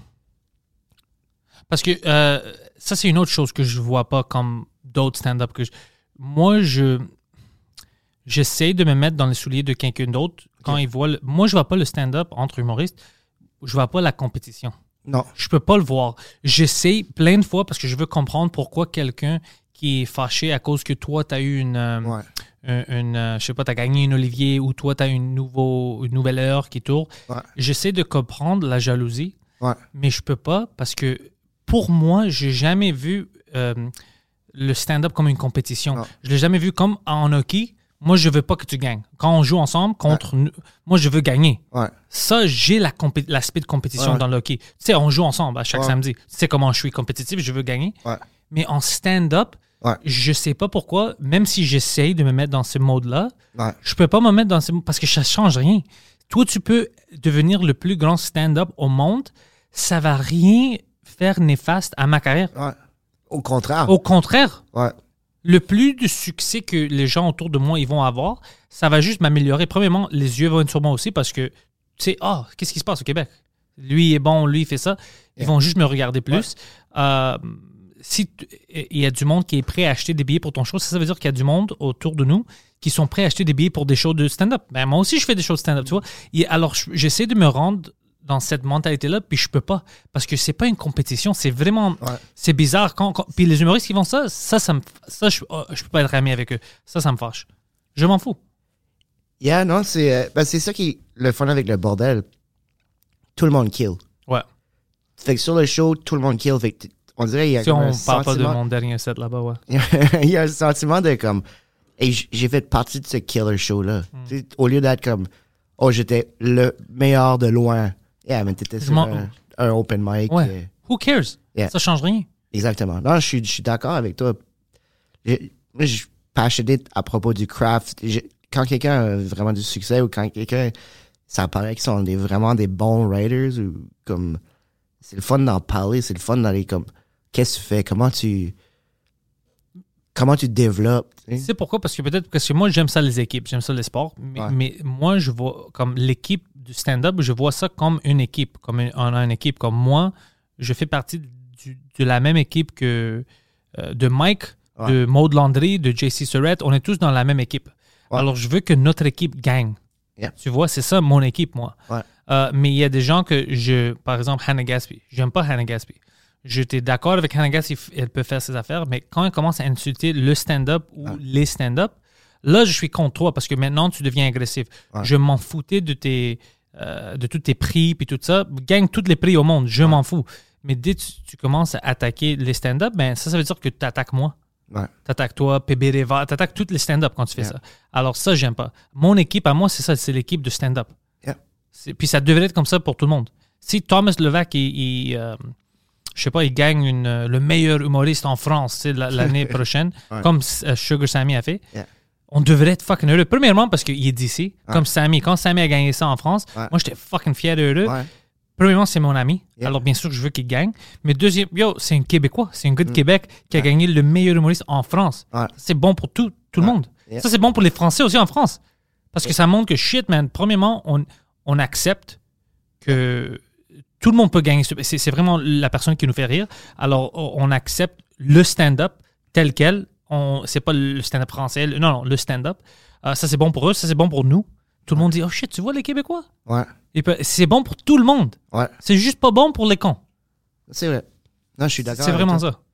Parce que ça, c'est une autre chose que je vois pas comme d'autres stand-up. Moi, j'essaie de me mettre dans les souliers de quelqu'un d'autre quand il voit... Moi, je vois pas le stand-up entre humoristes. Je vois pas la compétition. Non. Je peux pas le voir. J'essaie plein de fois parce que je veux comprendre pourquoi quelqu'un qui est fâché à cause que toi, tu as eu je sais pas, t'as gagné une Olivier ou toi, t'as une nouvelle heure qui tourne. J'essaie de comprendre la jalousie, mais je peux pas parce que pour moi, j'ai jamais vu le stand-up comme une compétition. Je l'ai jamais vu comme en hockey. Moi, je veux pas que tu gagnes. Quand on joue ensemble contre moi, je veux gagner. Ça, j'ai l'aspect de compétition dans le hockey. Tu sais, on joue ensemble à chaque samedi. Tu sais comment je suis compétitif, je veux gagner. Mais en stand-up, je sais pas pourquoi, même si j'essaye de me mettre dans ce mode-là, je peux pas me mettre dans ce mode parce que ça change rien. Toi, tu peux devenir le plus grand stand-up au monde, ça va rien faire néfaste à ma carrière. Au contraire. Au contraire. Le plus de succès que les gens autour de moi ils vont avoir, ça va juste m'améliorer. Premièrement, les yeux vont être sur moi aussi parce que, tu sais, qu'est-ce qui se passe au Québec? Lui est bon, lui il fait ça. Ils vont juste me regarder plus. Si il y a du monde qui est prêt à acheter des billets pour ton show, ça veut dire qu'il y a du monde autour de nous qui sont prêts à acheter des billets pour des shows de stand-up. Ben, moi aussi, je fais des shows de stand-up, tu vois. Alors, j'essaie de me rendre dans cette mentalité-là, puis je peux pas. Parce que c'est pas une compétition, c'est vraiment... C'est bizarre. Puis les humoristes qui font ça, je peux pas être ami avec eux. Ça me fâche. Je m'en fous. Non, c'est ça qui est le fun avec le bordel. Tout le monde kill. Fait que sur le show, tout le monde kill. Fait que on dirait il y a on parle pas de mon dernier set là-bas, il y a un sentiment de comme... Hey, j'ai fait partie de ce killer show-là. Au lieu d'être comme... Oh, j'étais le meilleur de loin. Mais t'étais sur un open mic. Who cares? Ça change rien. Exactement. Non, je suis d'accord avec toi. Je suis passionné à propos du craft. Quand quelqu'un a vraiment du succès ou quand quelqu'un... Ça paraît qu'ils sont vraiment des bons writers ou comme... C'est le fun d'en parler. C'est le fun d'aller comme... Qu'est-ce que tu fais? Comment tu développes? C'est pourquoi? Parce que moi, j'aime ça les équipes, j'aime ça les sports, mais moi, je vois comme l'équipe du stand-up, je vois ça comme une équipe, on a une équipe. Comme moi, je fais partie de la même équipe que de Mike, de Maud Landry, de JC Surrett, on est tous dans la même équipe. Alors, je veux que notre équipe gagne. Tu vois, c'est ça mon équipe, moi. Mais il y a des gens par exemple, Hannah Gatsby, j'aime pas Hannah Gatsby. J'étais d'accord avec Hannah Gatsby, elle peut faire ses affaires, mais quand elle commence à insulter le stand-up ou les stand-up, là, je suis contre toi parce que maintenant, tu deviens agressif. Je m'en foutais de tous tes prix puis tout ça. Gagne tous les prix au monde, je m'en fous. Mais dès que tu commences à attaquer les stand-up, ben ça veut dire que tu attaques moi. Tu attaques toi, PB Reva, tu attaques tous les stand-up quand tu fais ça. Alors ça, j'aime pas. Mon équipe, à moi, c'est ça, c'est l'équipe de stand-up. Puis ça devrait être comme ça pour tout le monde. Si Thomas Levac, je sais pas, il gagne le meilleur humoriste en France l'année prochaine, comme Sugar Sammy a fait. On devrait être fucking heureux. Premièrement, parce qu'il est d'ici, comme Sammy. Quand Sammy a gagné ça en France, moi, j'étais fucking fier d'eux. Premièrement, c'est mon ami. Yeah. Alors, bien sûr que je veux qu'il gagne. Mais deuxième, c'est un Québécois. C'est un gars de Québec qui a gagné le meilleur humoriste en France. Ouais. C'est bon pour tout le monde. Yeah. Ça, c'est bon pour les Français aussi en France. Parce que ça montre que, shit, man, premièrement, on accepte que tout le monde peut gagner. C'est vraiment la personne qui nous fait rire. Alors, on accepte le stand-up tel quel. C'est pas le stand-up français. Non, le stand-up. Ça, c'est bon pour eux. Ça, c'est bon pour nous. Tout le monde dit, oh shit, tu vois les Québécois? Ouais. C'est bon pour tout le monde. Ouais. C'est juste pas bon pour les cons. C'est vrai. Non, je suis d'accord. C'est avec vraiment toi. ça.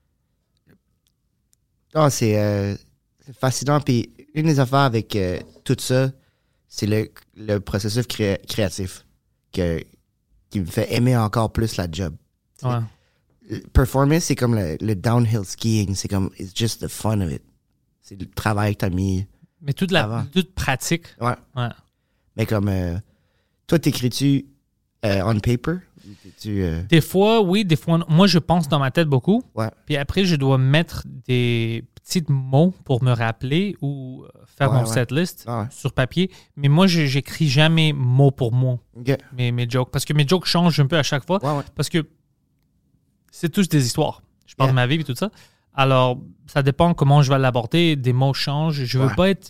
Non, c'est fascinant. Puis une des affaires avec tout ça, c'est le processus créatif qui me fait aimer encore plus la job. Ouais. Performer, c'est comme le downhill skiing. C'est comme, it's just the fun of it. C'est le travail que t'as mis. Mais toute pratique. Ouais. Ouais. Mais comme, toi, t'écris-tu on paper? Des fois, oui, des fois, non. Moi, je pense dans ma tête beaucoup. Ouais. Puis après, je dois mettre des petits mots pour me rappeler ou faire mon setlist sur papier. Mais moi, j'écris jamais mot pour mot mes jokes. Parce que mes jokes changent un peu à chaque fois. Ouais. Parce que c'est tous des histoires. Je parle de ma vie et tout ça. Alors, ça dépend comment je vais l'aborder. Des mots changent. Je veux pas être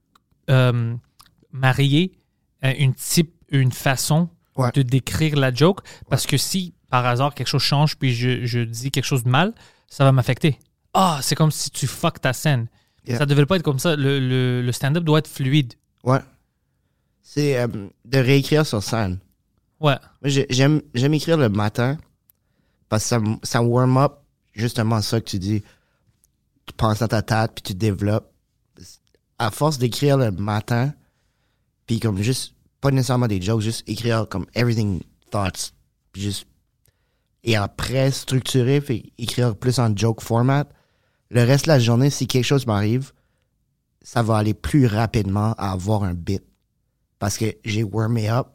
marié à une façon de décrire la joke. Parce que si, par hasard, quelque chose change puis je dis quelque chose de mal, ça va m'affecter. C'est comme si tu fuck ta scène. Ça ne devrait pas être comme ça. Le stand-up doit être fluide. Ouais. C'est de réécrire sur scène. Ouais. Moi, j'aime écrire le matin parce que ça warm up justement ça que tu dis. Tu penses à ta tête puis tu développes. À force d'écrire le matin, puis comme juste, pas nécessairement des jokes, juste écrire comme everything thoughts, puis juste, et après structurer, puis écrire plus en joke format, le reste de la journée, si quelque chose m'arrive, ça va aller plus rapidement à avoir un bit. Parce que j'ai warmé up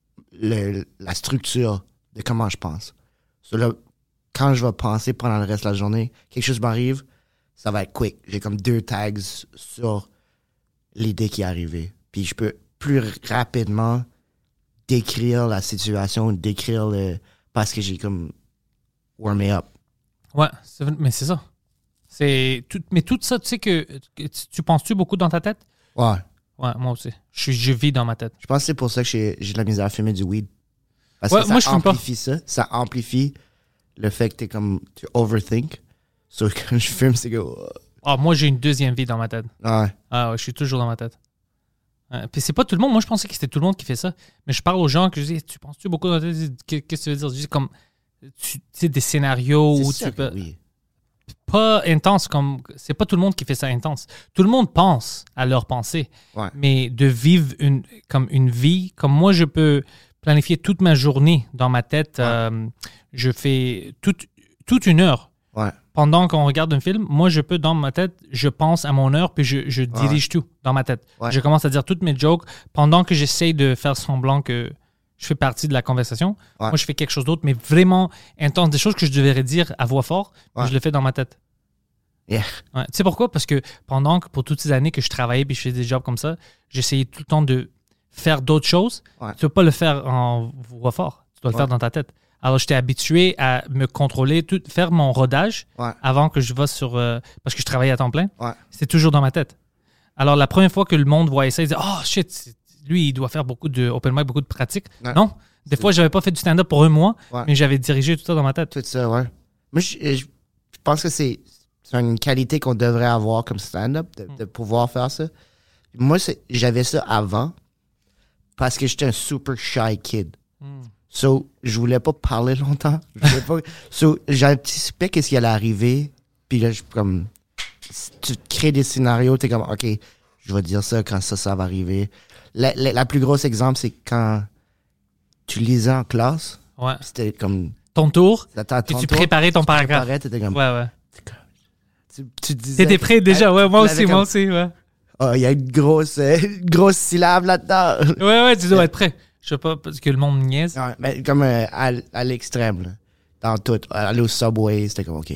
la structure de comment je pense. So là, quand je vais penser pendant le reste de la journée, quelque chose m'arrive, ça va être quick. J'ai comme 2 tags sur l'idée qui est arrivée. Puis je peux plus rapidement décrire la situation, décrire parce que j'ai comme warmé up. Ouais, mais c'est ça. Mais tout ça, tu sais que tu penses-tu beaucoup dans ta tête? Ouais. Ouais, moi aussi. Je vis dans ma tête. Je pense que c'est pour ça que j'ai de la misère à fumer du weed. Parce que moi, ça amplifie ça. Ça amplifie le fait que tu overthink. So, quand je fume, c'est que... moi, j'ai une deuxième vie dans ma tête. Ouais. Ouais, je suis toujours dans ma tête. Puis c'est pas tout le monde. Moi, je pensais que c'était tout le monde qui fait ça. Mais je parle aux gens que je dis, tu penses-tu beaucoup dans ta tête? Qu'est-ce que tu veux dire? Je dis comme, tu sais, des scénarios où tu peux... Oui. Pas intense comme... C'est pas tout le monde qui fait ça intense. Tout le monde pense à leur pensée. Ouais. Mais de vivre une vie, comme moi, je peux planifier toute ma journée dans ma tête. Je fais toute une heure. Ouais. Pendant qu'on regarde un film, moi, je peux, dans ma tête, je pense à mon heure, puis je dirige tout dans ma tête. Ouais. Je commence à dire toutes mes jokes pendant que j'essaye de faire semblant que je fais partie de la conversation. Ouais. Moi, je fais quelque chose d'autre, mais vraiment intense. Des choses que je devrais dire à voix forte, mais je le fais dans ma tête. Yeah. Ouais. Tu sais pourquoi? Parce que pour toutes ces années que je travaillais puis je faisais des jobs comme ça, j'essayais tout le temps de faire d'autres choses. Ouais. Tu ne peux pas le faire en voix forte. Tu dois le faire dans ta tête. Alors, j'étais habitué à me contrôler, faire mon rodage avant que je vais sur... parce que je travaillais à temps plein. Ouais. C'était toujours dans ma tête. Alors, la première fois que le monde voyait ça, il disait « Oh, shit, lui, il doit faire beaucoup de open mic, beaucoup de pratique. Ouais. » Non. Des fois, je n'avais pas fait du stand-up pour un mois, Ouais. mais j'avais dirigé tout ça dans ma tête. Tout ça, ouais. Moi, je pense que c'est une qualité qu'on devrait avoir comme stand-up, de pouvoir faire ça. Moi, j'avais ça avant parce que j'étais un super shy kid. So, je voulais pas parler longtemps. J'anticipais qu'est-ce qui allait arriver. Puis là, tu crées des scénarios, t'es comme, OK, je vais dire ça quand ça va arriver. La plus grosse exemple, c'est quand tu lisais en classe. Ouais. C'était comme... Ton tour, Ton puis tu tour, préparais ton paragraphe. T'étais comme... Ouais. Tu disais... T'étais prêt déjà, ouais, moi aussi, ouais. Oh, il y a une grosse syllabe là-dedans. Ouais, tu dois être prêt. Je sais pas, parce que le monde niaise. Ouais, mais comme à l'extrême, là. Dans tout. Aller au Subway, c'était comme, OK.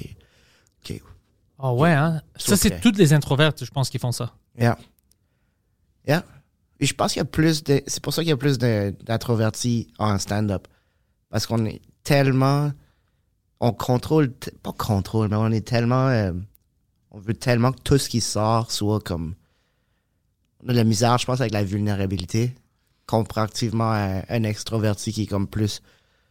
Ah ouais, hein? Ça, c'est prêt. toutes les introvertes, je pense, qui font ça. Yeah. Et je pense qu'il y a plus de... C'est pour ça qu'il y a plus d'introvertis en stand-up. Parce qu'on est tellement... On contrôle... Pas contrôle, mais on est tellement... on veut tellement que tout ce qui sort soit comme... On a de la misère, je pense, avec la vulnérabilité. Comparativement à un extroverti qui est comme plus...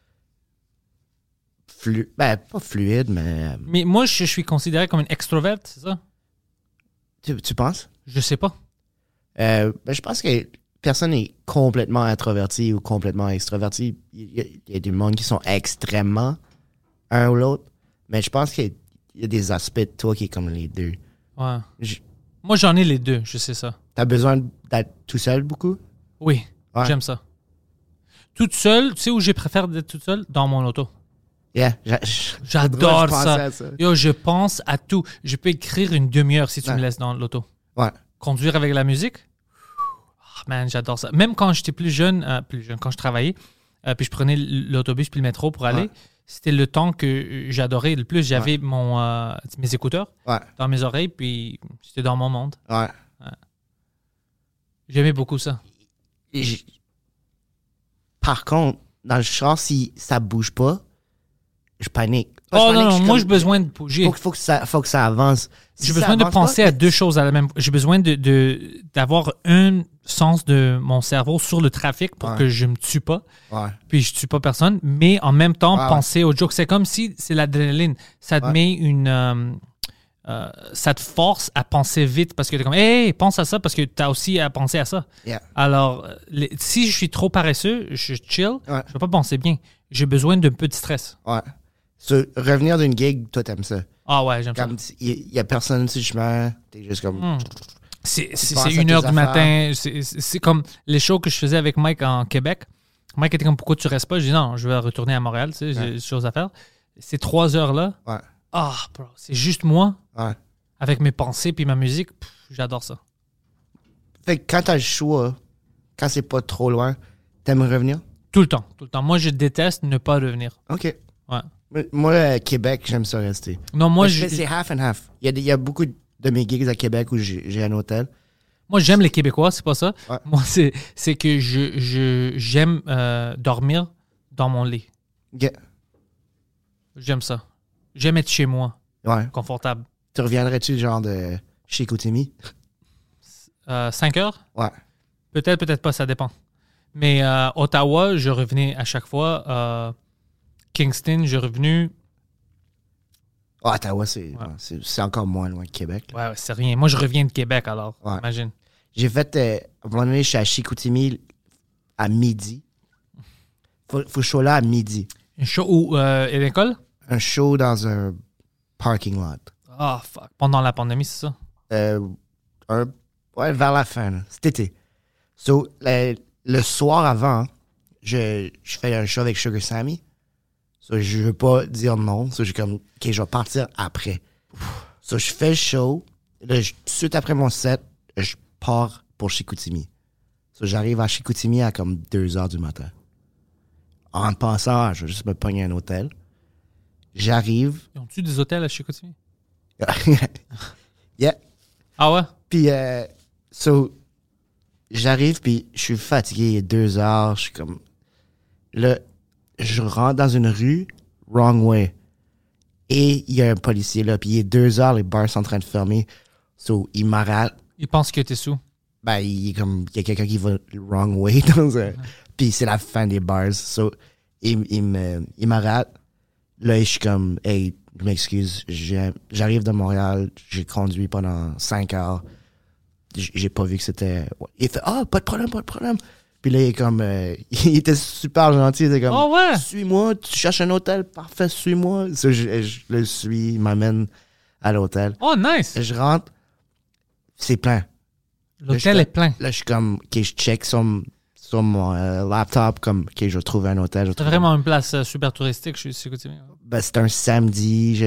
pas fluide, mais... Mais moi, je suis considéré comme une extroverte, c'est ça? Tu penses? Je sais pas. Je pense que personne n'est complètement introverti ou complètement extroverti. Il y a des mondes qui sont extrêmement un ou l'autre, mais je pense qu'il y a des aspects de toi qui est comme les deux. Ouais. Moi, j'en ai les deux, je sais ça. T'as besoin d'être tout seul beaucoup? Oui, Ouais. j'aime ça. Toute seule, tu sais où je préfère d'être toute seule? Dans mon auto. Yeah, J'adore je pensais ça. à ça. Yo, je pense à tout. Je peux écrire une demi-heure si tu Ouais. me laisses dans l'auto. Ouais. Conduire avec la musique? Oh, man, j'adore ça. Même quand j'étais plus jeune, quand je travaillais, puis je prenais l'autobus puis le métro pour aller, Ouais. c'était le temps que j'adorais le plus. J'avais mes écouteurs Ouais. dans mes oreilles, puis j'étais dans mon monde. Ouais. J'aimais beaucoup ça. Par contre, dans le char, si ça bouge pas, je panique. Oh non, je suis moi comme- j'ai besoin de bouger. faut que ça avance. Si J'ai ça besoin de avance penser pas, à deux choses à la même fois. J'ai besoin d'avoir un sens de mon cerveau sur le trafic pour Ouais. que je me tue pas, Ouais. puis je tue pas personne, mais en même temps Ouais, ouais. penser aux jokes. C'est comme si c'est l'adrénaline. Ça te Ouais. met ça te force à penser vite parce que t'es comme, hey, pense à ça parce que t'as aussi à penser à ça. Yeah. Alors, si je suis trop paresseux, je chill, Ouais. je vais pas penser bien. J'ai besoin d'un peu de stress. Ouais. Revenir d'une gig, toi, t'aimes ça. Ah ouais, j'aime ça. Comme il y a personne sur le chemin, t'es juste comme... C'est penses à 1h tes du matin. C'est comme les shows que je faisais avec Mike en Québec. Mike était comme, pourquoi tu restes pas? Je dis, non, je vais retourner à Montréal, tu sais, j'ai des choses à faire. Ces 3 heures-là, Ouais. bro, c'est juste moi, Ouais. avec mes pensées puis ma musique. J'adore ça. Fait que quand t'as le choix, quand c'est pas trop loin, t'aimes revenir? Tout le temps, tout le temps. Moi, je déteste ne pas revenir. OK. Ouais. Moi, Québec, j'aime ça rester. Non, moi, Mais c'est half and half. Il y a beaucoup de mes gigs à Québec où j'ai un hôtel. moi, j'aime les Québécois, c'est pas ça. Ouais. Moi, c'est que j'aime dormir dans mon lit. OK. J'aime ça. J'aime être chez moi, Ouais. confortable. Tu reviendrais-tu genre de chez Koutimi? 5 heures? Ouais. Peut-être, peut-être pas, ça dépend. Mais Ottawa, je revenais à chaque fois. Kingston, je revenu. Ah, Ottawa, c'est encore moins loin que Québec. Ouais, c'est rien. Moi, je reviens de Québec, alors. Ouais. Imagine. J'ai fait, à un moment donné, je suis à Chicoutimi à midi. Faut que je sois là à midi. Un show où? À l'école? Un show dans un parking lot. Ah, fuck. Pendant la pandémie, c'est ça? Ouais, vers la fin, là, cet été. So, le soir avant, je fais un show avec Sugar Sammy. So, je veux pas dire non. So, j'ai comme, OK, je vais partir après. So, je fais le show. Là, tout de suite après mon set, je pars pour Chicoutimi. So, j'arrive à Chicoutimi à comme 2h du matin. En pensant, je vais juste me pogner un hôtel. J'arrive. Ils ont-tu des hôtels à Chicoutimi? Yeah. Ah ouais? Puis, j'arrive, puis je suis fatigué, il est 2h, je suis comme... Là, je rentre dans une rue, wrong way. Et il y a un policier là, puis il est 2h, les bars sont en train de fermer. So, il m'arrête. Ils pensent que t'es sous. Ben, il y a quelqu'un qui va le wrong way dans un... Puis c'est la fin des bars. So, il m'arrête. Là, je suis comme, hey, je m'excuse, j'arrive de Montréal, j'ai conduit pendant 5 heures. J'ai pas vu que c'était... Il fait, pas de problème. Puis là, il est comme... il était super gentil. Il était comme, Oh ouais? suis-moi, tu cherches un hôtel, parfait, suis-moi. So, je le suis, il m'amène à l'hôtel. Oh, nice! Je rentre, c'est plein. L'hôtel est plein. Là, je suis comme, OK, je check sur mon laptop, comme, OK, je vais trouver un hôtel. C'est vraiment une place super touristique, je suis Chicoutimi. Ben, c'est un samedi.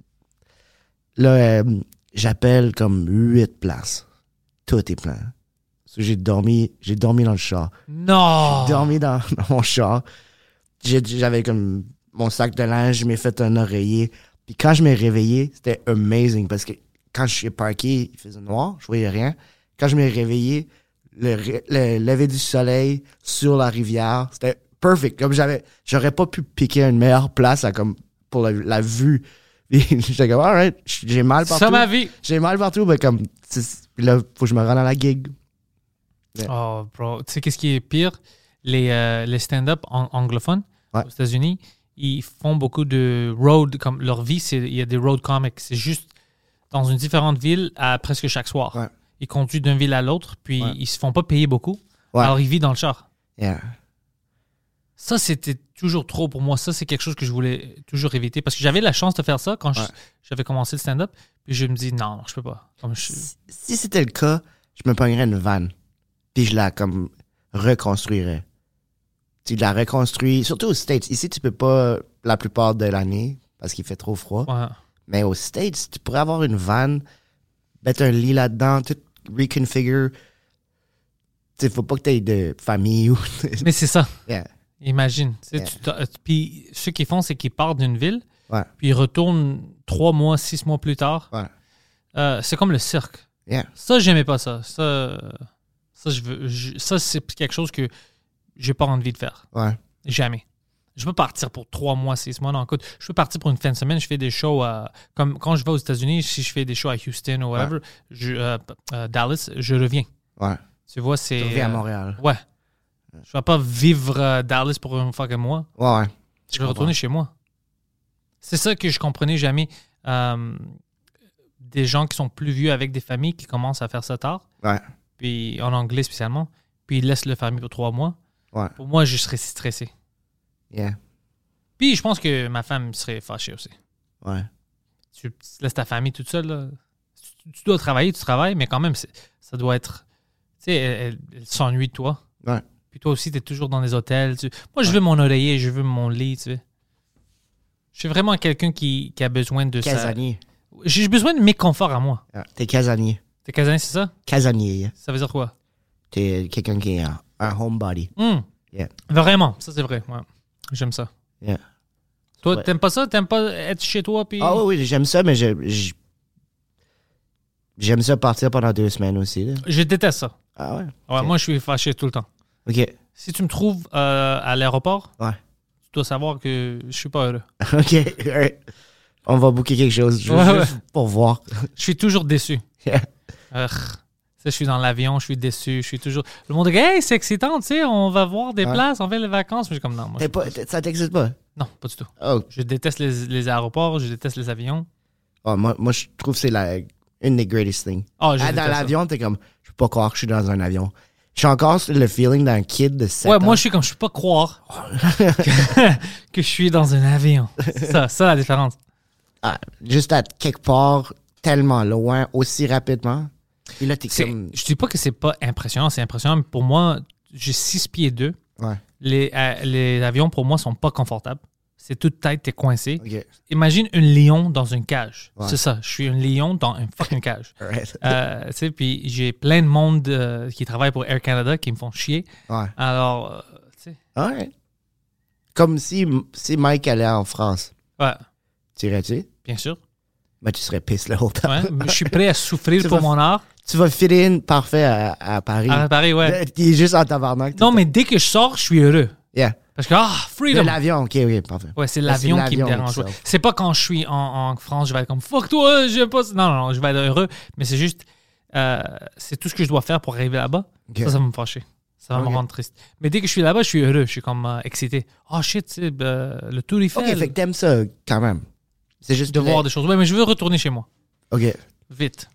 Là, j'appelle comme 8 places. Tout est plein. So, j'ai dormi dans le char. Non! J'ai dormi dans mon char. J'avais comme mon sac de linge, je m'ai fait un oreiller. Puis quand je m'ai réveillé, c'était amazing parce que quand je suis parqué, il faisait noir, je voyais rien. Quand je m'ai réveillé, le lever du soleil sur la rivière, c'était perfect. Comme j'aurais pas pu piquer une meilleure place pour la vue. Puis j'étais comme, alright, j'ai mal partout. Ça, ma vie. J'ai mal partout, mais comme, puis là, faut que je me rende à la gig. Oh, bro. Tu sais, qu'est-ce qui est pire? Les stand-up anglophones aux États-Unis, ils font beaucoup de road. Comme leur vie, il y a des road comics. C'est juste dans une différente ville à presque chaque soir. Ouais. Ils conduisent d'une ville à l'autre, puis ils se font pas payer beaucoup. Ouais. Alors, ils vivent dans le char. Yeah. Ça, c'était toujours trop pour moi. Ça, c'est quelque chose que je voulais toujours éviter. Parce que j'avais la chance de faire ça quand j'avais commencé le stand-up. Puis je me dis, non, je peux pas. Si c'était le cas, je me pognerais une vanne. Puis je la comme reconstruirais. Tu la reconstruis, surtout aux States. Ici, tu peux pas la plupart de l'année parce qu'il fait trop froid. Ouais. Mais aux States, tu pourrais avoir une vanne, mettre un lit là-dedans, tout reconfigure. Tu sais, faut pas que tu aies de famille ou... Mais c'est ça. Yeah. Imagine. Puis ceux qui font, c'est qu'ils partent d'une ville, Ouais. puis ils retournent 3 mois, 6 mois plus tard. Ouais. C'est comme le cirque. Yeah. Ça, j'aimais pas ça. Ça, c'est quelque chose que j'ai pas envie de faire. Ouais. Jamais. Je peux partir pour 3 mois, 6 mois. Non, écoute, je peux partir pour une fin de semaine. Je fais des shows comme quand je vais aux États-Unis, si je fais des shows à Houston ou whatever, Dallas, je reviens. Ouais. Tu vois, c'est. Tu reviens à Montréal. Ouais. Je vais pas vivre Dallas pour une fucking mois. Ouais. Je vais retourner chez moi. C'est ça que je comprenais jamais. Des gens qui sont plus vieux avec des familles qui commencent à faire ça tard. Ouais. Puis en anglais spécialement. Puis ils laissent leur famille pour 3 mois. Ouais. Pour moi, je serais stressé. Yeah. Puis je pense que ma femme serait fâchée aussi. Ouais. Tu laisses ta famille toute seule. Là. Tu dois travailler, tu travailles, mais quand même, ça doit être... Tu sais, elle s'ennuie de toi. Ouais. Puis toi aussi, tu es toujours dans des hôtels. Moi, je veux mon oreiller, je veux mon lit, tu sais. Je suis vraiment quelqu'un qui a besoin de ça. Casanier. J'ai besoin de mes conforts à moi. Ah, t'es casanier. T'es casanier, c'est ça? Casanier. Ça veut dire quoi? T'es quelqu'un qui est un homebody. Yeah. Vraiment, ça c'est vrai. Ouais. J'aime ça. Yeah. Toi, Ouais. t'aimes pas ça? T'aimes pas être chez toi? Puis... Ah oui, j'aime ça, mais j'aime ça partir pendant 2 semaines aussi. Là. Je déteste ça. Ah ouais? Ouais, Ok. moi, je suis fâché tout le temps. OK. Si tu me trouves à l'aéroport, Ouais. tu dois savoir que je suis pas heureux. OK. Alright. On va booker quelque chose juste pour voir. Je suis toujours déçu. Yeah. Je suis dans l'avion, je suis déçu, je suis toujours... Le monde dit « Hey, c'est excitant, tu sais, on va voir des places, on fait les vacances. » Mais je suis comme « Non, moi, Ça t'excite pas? non, pas du tout. Oh. Je déteste les aéroports, je déteste les avions. Oh, moi, je trouve que c'est une des greatest things. Oh, je Dans déteste ça. l'avion, t'es comme, je peux pas croire que je suis dans un avion. Je suis encore sur le feeling d'un kid de 7 ans. Ouais, moi, je suis comme, je peux pas croire que je suis dans un avion. C'est ça la différence. Ah, juste à quelque part, tellement loin, aussi rapidement. Et là, t'es comme... Je dis pas que c'est pas impressionnant, c'est impressionnant, mais pour moi, j'ai 6 pieds 2. Ouais. Les avions, pour moi, sont pas confortables. C'est toute tête, t'es coincé. OK. Imagine un lion dans une cage. Ouais. C'est ça, je suis un lion dans une fucking cage. Alright. Tu sais, puis j'ai plein de monde qui travaille pour Air Canada qui me font chier. Ouais. Alors, tu sais, Alright. Comme si Mike allait en France. ouais, T'irais-tu? bien sûr. Ben, tu serais pisse le whole temps. Ouais, je suis prêt à souffrir Tu pour vas- mon art. Tu vas filer in parfait à Paris. À Paris, ouais. Il est juste en tabarnak. tout Non, le mais dès que je sors, je suis heureux. temps. Yeah. Parce que, De freedom! l'avion, OK, oui, parfait. Ouais, c'est Ben, l'avion c'est qui me l'avion dérange. Ouais. itself. C'est pas quand je suis en France, je vais être comme fuck toi, j'aime pas ça. Non, je vais être heureux. Mais c'est juste, c'est tout ce que je dois faire pour arriver là-bas. Ok. Ça va me fâcher. Ça va Ok. me rendre triste. Mais dès que je suis là-bas, je suis heureux. Je suis comme excité. Oh shit, tu sais, le tour Eiffel. OK, fait que t'aimes ça quand même. C'est juste De voir des choses. Ouais, mais je veux retourner chez moi. OK. Vite.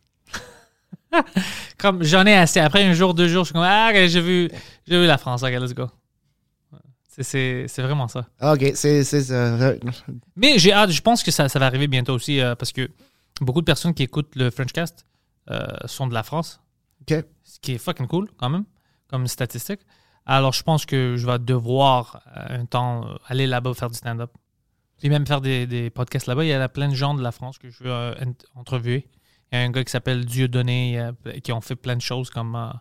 Comme j'en ai assez. Après un jour, 2 jours, je suis comme ok, j'ai vu la France. Ok, let's go. C'est vraiment ça. OK, c'est ça. Mais j'ai hâte, je pense que ça va arriver bientôt aussi parce que beaucoup de personnes qui écoutent le Frenchcast sont de la France. OK. Ce qui est fucking cool quand même, comme statistique. Alors je pense que je vais devoir un temps aller là-bas faire du stand-up. Puis même faire des podcasts là-bas. Il y a plein de gens de la France que je veux interviewer. Il y a un gars qui s'appelle Dieudonné qui ont fait plein de choses comme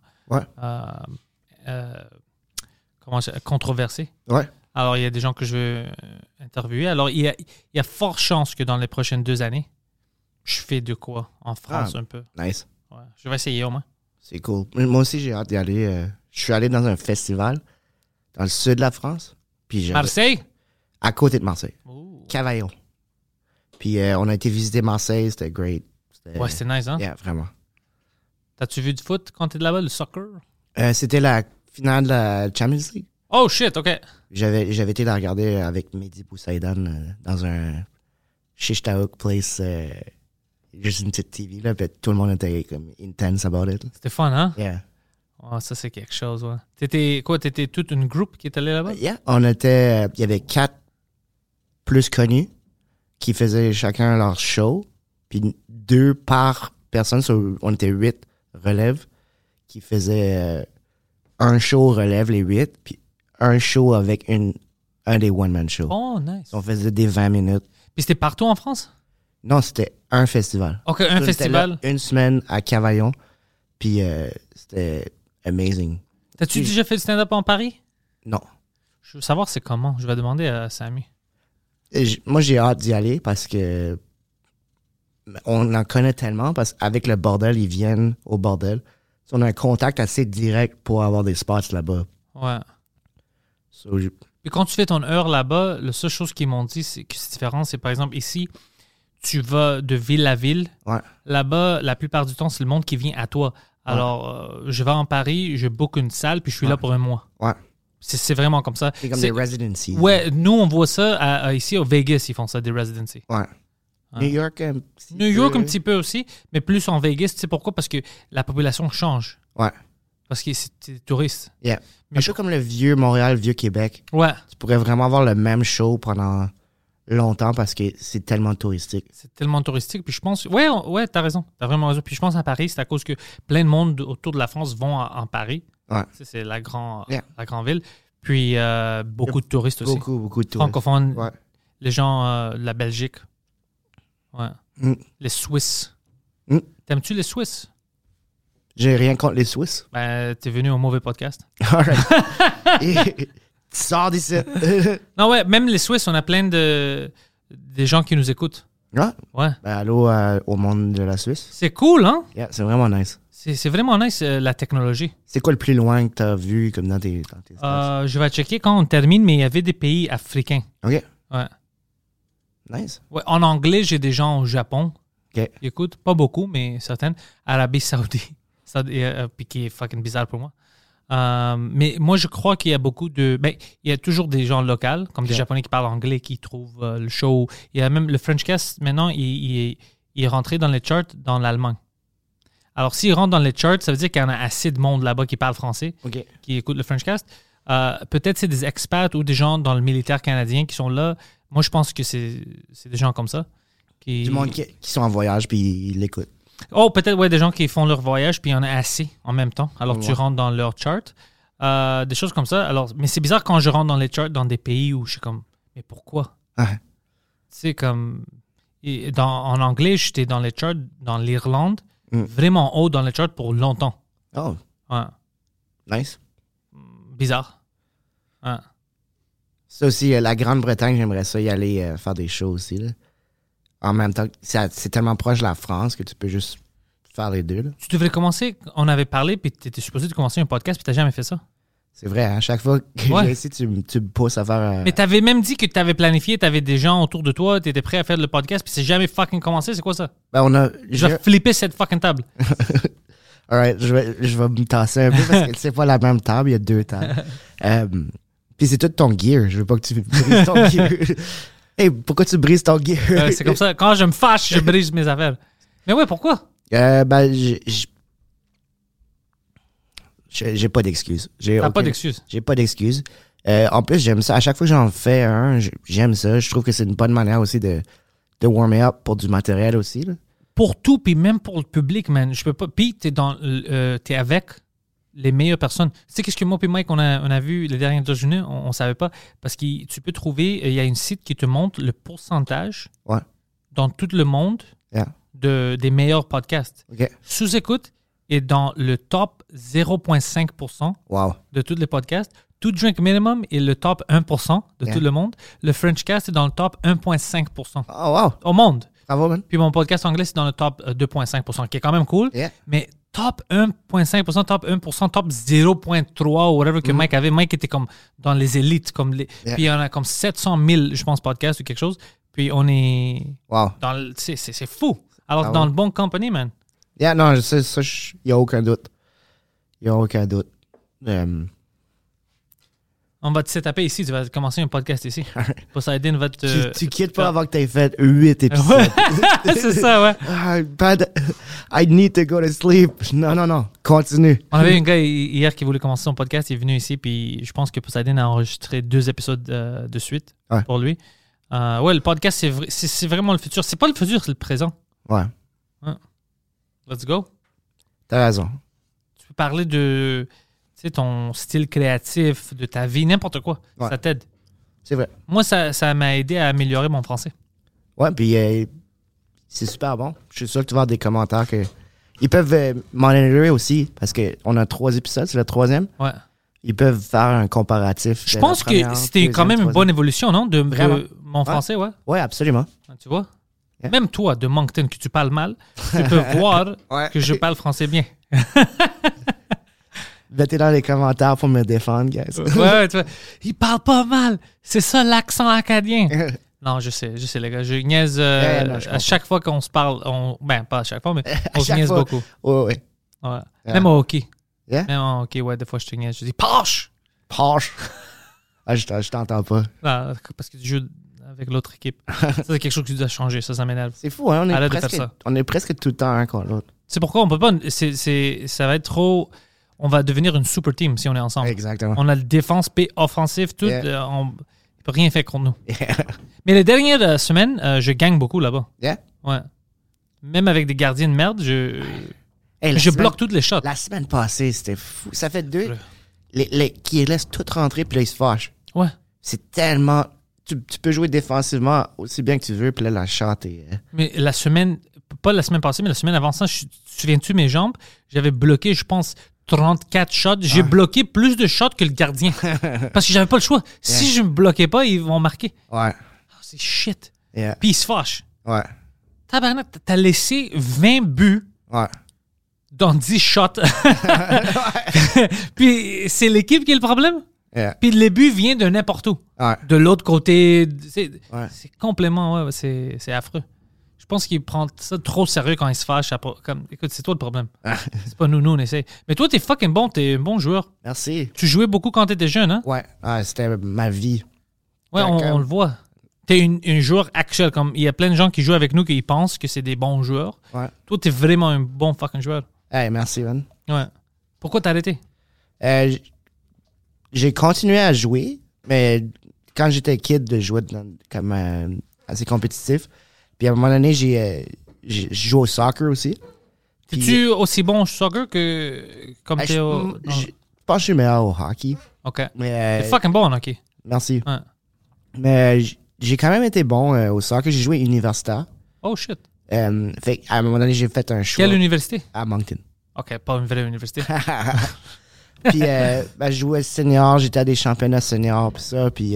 controversées. Ouais. Alors, il y a des gens que je veux interviewer. Alors, il y a fort chance que dans les prochaines 2 années, je fais de quoi en France un peu. Nice. Ouais. Je vais essayer au moins. C'est cool. Moi aussi, j'ai hâte d'y aller. Je suis allé dans un festival dans le sud de la France. Puis Marseille? À côté de Marseille. Ouh. Cavaillon. Puis on a été visiter Marseille, c'était great. Ouais, c'était nice, hein? Yeah, vraiment. T'as-tu vu du foot quand t'es là-bas, le soccer? C'était la finale de la Champions League. Oh shit, OK. J'avais été la regarder avec Mehdi Boussaïdan dans un Shishtaouk place, juste une petite TV, là, puis tout le monde était comme intense about it. C'était fun, hein? Yeah. Oh, ça, c'est quelque chose, ouais. T'étais toute une groupe qui est allée là-bas? Yeah. Il y avait 4 plus connus qui faisaient chacun leur show, puis 2 par personne, on était 8 relèves qui faisaient un show relève les 8, puis un show avec un des one-man shows. Oh, nice. On faisait des 20 minutes. Puis c'était partout en France? Non, c'était un festival. OK, un On était festival. là une semaine à Cavaillon, puis c'était amazing. T'as-tu déjà fait du stand-up en Paris? Non. Je veux savoir c'est comment. Je vais demander à Samy. Moi, j'ai hâte d'y aller parce que on en connaît tellement, parce qu'avec le bordel, ils viennent au bordel. On a un contact assez direct pour avoir des spots là-bas. Ouais. So, Puis quand tu fais ton heure là-bas, la seule chose qu'ils m'ont dit, c'est que c'est différent. C'est par exemple ici, tu vas de ville à ville. Ouais. Là-bas, la plupart du temps, c'est le monde qui vient à toi. Alors, je vais en Paris, je book une salle, puis je suis là pour un mois. Ouais. C'est vraiment comme ça. C'est comme des residencies. Ouais, nous, on voit ça ici au Vegas, ils font ça, des residencies. Ouais. New York, un petit New York, peu. un petit peu aussi, mais plus en Vegas. Tu sais pourquoi? Parce que la population change. Ouais. Parce que c'est des touristes. Yeah. Mais un peu comme le vieux Montréal, vieux Québec. Ouais, Tu pourrais vraiment avoir le même show pendant longtemps parce que c'est tellement touristique. c'est tellement touristique. Puis je pense... Ouais, t'as raison. T'as vraiment raison. Puis je pense à Paris, c'est à cause que plein de monde autour de la France vont en Paris. Ouais. Tu sais, c'est la grande ville. Yeah. Puis beaucoup de touristes aussi. Beaucoup de touristes. Francophones, Ouais. les gens de la Belgique. Ouais. Mm. Les Suisses. Mm. T'aimes-tu les Suisses? J'ai rien contre les Suisses. Ben, t'es venu au mauvais podcast. All right. Tu sors d'ici. Non, ouais, même les Suisses, on a plein des gens qui nous écoutent. Ouais. Ouais. Ben, allô au monde de la Suisse. C'est cool, hein? Yeah, c'est vraiment nice. C'est vraiment nice, la technologie. C'est quoi le plus loin que t'as vu comme dans tes stats? Je vais checker quand on termine, mais il y avait des pays africains. OK. Ouais. Nice. Ouais, en anglais, j'ai des gens au Japon. OK. Écoute, pas beaucoup, mais certaines. Arabie Saoudite. Puis qui est fucking bizarre pour moi. Mais moi, je crois qu'il y a beaucoup de... Ben, il y a toujours des gens locaux, comme des Japonais qui parlent anglais, qui trouvent le show. Il y a même le Frenchcast, maintenant, il est rentré dans les charts dans l'allemand. Alors, s'il rentre dans les charts, ça veut dire qu'il y en a assez de monde là-bas qui parle français, OK. qui écoute le Frenchcast. Peut-être c'est des expats ou des gens dans le militaire canadien qui sont là. Moi, je pense que c'est des gens comme ça. Du monde qui sont en voyage puis ils l'écoutent. Oh, peut-être, ouais, des gens qui font leur voyage, puis il y en a assez en même temps. Alors, tu rentres dans leur chart. Des choses comme ça. Alors, mais c'est bizarre quand je rentre dans les charts dans des pays où je suis comme, mais pourquoi? Ouais. Tu sais, comme, en anglais, j'étais dans les charts dans l'Irlande, vraiment haut dans les charts pour longtemps. Oh, Ouais. nice. Bizarre. Ouais. Ça aussi, la Grande-Bretagne, j'aimerais ça y aller faire des shows aussi. Là. En même temps, c'est tellement proche de la France que tu peux juste faire les deux. Là. Tu devrais commencer, on avait parlé, puis tu étais supposé de commencer un podcast, puis tu n'as jamais fait ça. C'est vrai, à chaque fois que Ouais. j'ai essayé, tu me pousses à faire... Mais tu avais même dit que tu avais planifié, tu avais des gens autour de toi, tu étais prêt à faire le podcast, puis c'est jamais fucking commencé. C'est quoi ça? Ben, Je vais flipper cette fucking table. Alright, je vais me tasser un peu parce que c'est pas la même table, il y a 2 tables. Puis c'est tout ton gear. Je veux pas que tu brises ton gear. Hey, pourquoi tu brises ton gear? C'est comme ça. Quand je me fâche, je brise mes affaires. Mais ouais, pourquoi? Ben, j'ai pas d'excuses. T'as pas d'excuses. J'ai pas d'excuses. En plus, j'aime ça. À chaque fois que j'en fais un, j'aime ça. Je trouve que c'est une bonne manière aussi de warmer up pour du matériel aussi. Là. Pour tout, puis même pour le public, man. Je peux pas. Puis t'es avec les meilleures personnes. Tu sais, qu'est-ce que moi et Mike, on a vu les dernières 2 journées, on savait pas. Parce que tu peux trouver, il y a une site qui te montre le pourcentage dans tout le monde des meilleurs podcasts. Okay. Sous-écoute est dans le top 0,5% Wow. de tous les podcasts. To Drink Minimum est le top 1% de tout le monde. Le Frenchcast est dans le top 1,5% Oh, wow. au monde. Bravo, man. Puis mon podcast anglais, c'est dans le top 2,5%, qui est quand même cool. Yeah. Mais top 1,5%, top 1%, top 0,3% ou whatever que Mike avait. Mike était comme dans les élites. Puis il y en a comme 700 000, je pense, podcasts ou quelque chose. Puis on est... Wow. C'est fou. Alors, dans le bon company, man. Yeah, non, ça, il n'y a aucun doute. Il n'y a aucun doute. On va te setuper ici. Tu vas commencer un podcast ici. Poseidon va te... Tu quittes pas avant que tu aies fait 8 épisodes. C'est ça, ouais. I need to go to sleep. Non. Continue. On avait un gars hier qui voulait commencer son podcast. Il est venu ici, puis je pense que Poseidon a enregistré 2 épisodes de suite pour lui. Ouais, le podcast, c'est vraiment le futur. C'est pas le futur, c'est le présent. Ouais. Let's go. T'as raison. Tu peux parler de ton style créatif, de ta vie, n'importe quoi. Ouais. Ça t'aide. C'est vrai. Moi, ça m'a aidé à améliorer mon français. Ouais, puis c'est super bon. Je suis sûr que tu vas avoir des commentaires que... Ils peuvent m'en améliorer aussi, parce qu'on a 3 épisodes, c'est le 3e. Ouais. Ils peuvent faire un comparatif. Je pense que c'était quand même une bonne évolution, non? De mon français, ouais. Ouais, absolument. Tu vois? Yeah. Même toi, de Moncton, que tu parles mal, tu peux voir que je parle français bien. Mettez dans les commentaires pour me défendre, guys. Ouais, tu vois. Il parle pas mal. C'est ça l'accent acadien. Non, je sais, les gars. Je niaise à chaque fois qu'on se parle. Ben, pas à chaque fois, mais on se niaise beaucoup. Ouais. Yeah. Même au hockey. Yeah? Même au hockey, ouais, des fois, je te niaise. Je dis « Poche! » Poche! Je t'entends pas. Non, parce que tu joues avec l'autre équipe. Ça, c'est quelque chose que tu dois changer. Ça m'énerve. C'est fou, hein? Arrête de faire ça. On est presque tout le temps un contre l'autre. C'est pourquoi on peut pas... Ça va être trop... On va devenir une super team si on est ensemble. Exactement. On a le défense, offensif, tout. Yeah. On ne peut rien faire contre nous. Yeah. Mais les dernières semaines, je gagne beaucoup là-bas. Yeah? Ouais. Même avec des gardiens de merde, je bloque toutes les shots. La semaine passée, c'était fou. Ça fait 2 qui laissent tout rentrer puis là, ils se fâchent. Ouais. C'est tellement... Tu peux jouer défensivement aussi bien que tu veux, puis là, la shot est... Mais la semaine... Pas la semaine passée, mais la semaine avant ça, tu te souviens-tu mes jambes? J'avais bloqué, je pense... 34 shots. J'ai bloqué plus de shots que le gardien. Parce que j'avais pas le choix. Si je me bloquais pas, ils vont marquer. Ouais. Oh, c'est shit. Yeah. Puis ils se fâchent. Ouais. Tabarnak, t'as laissé 20 buts dans 10 shots. Puis c'est l'équipe qui a le problème. Yeah. Puis le but vient de n'importe où. Ouais. De l'autre côté. C'est complètement... Ouais, c'est affreux. Je pense qu'il prend ça trop sérieux quand il se fâche. Écoute, c'est toi le problème. C'est pas nous, on essaie. Mais toi, t'es fucking bon, t'es un bon joueur. Merci. Tu jouais beaucoup quand t'étais jeune, hein? Ouais, c'était ma vie. Ouais, on le voit. T'es un joueur actuel. Comme il y a plein de gens qui jouent avec nous qui pensent que c'est des bons joueurs. Ouais. Toi, t'es vraiment un bon fucking joueur. Hey, merci, man. Ouais. Pourquoi t'as arrêté? J'ai continué à jouer, mais quand j'étais kid, de jouer comme assez compétitif. Puis à un moment donné, j'ai joué au soccer aussi. Es-tu aussi bon au soccer que comme t'es au... Je pense que je suis meilleur au hockey. OK. Mais t'es fucking bon en hockey. Merci. Ouais. Mais j'ai quand même été bon au soccer. J'ai joué universitaire. Oh, shit. Fait à un moment donné, j'ai fait un choix. Quelle université? À Moncton. OK, pas une vraie université. Puis je jouais senior. J'étais à des championnats seniors puis ça. Puis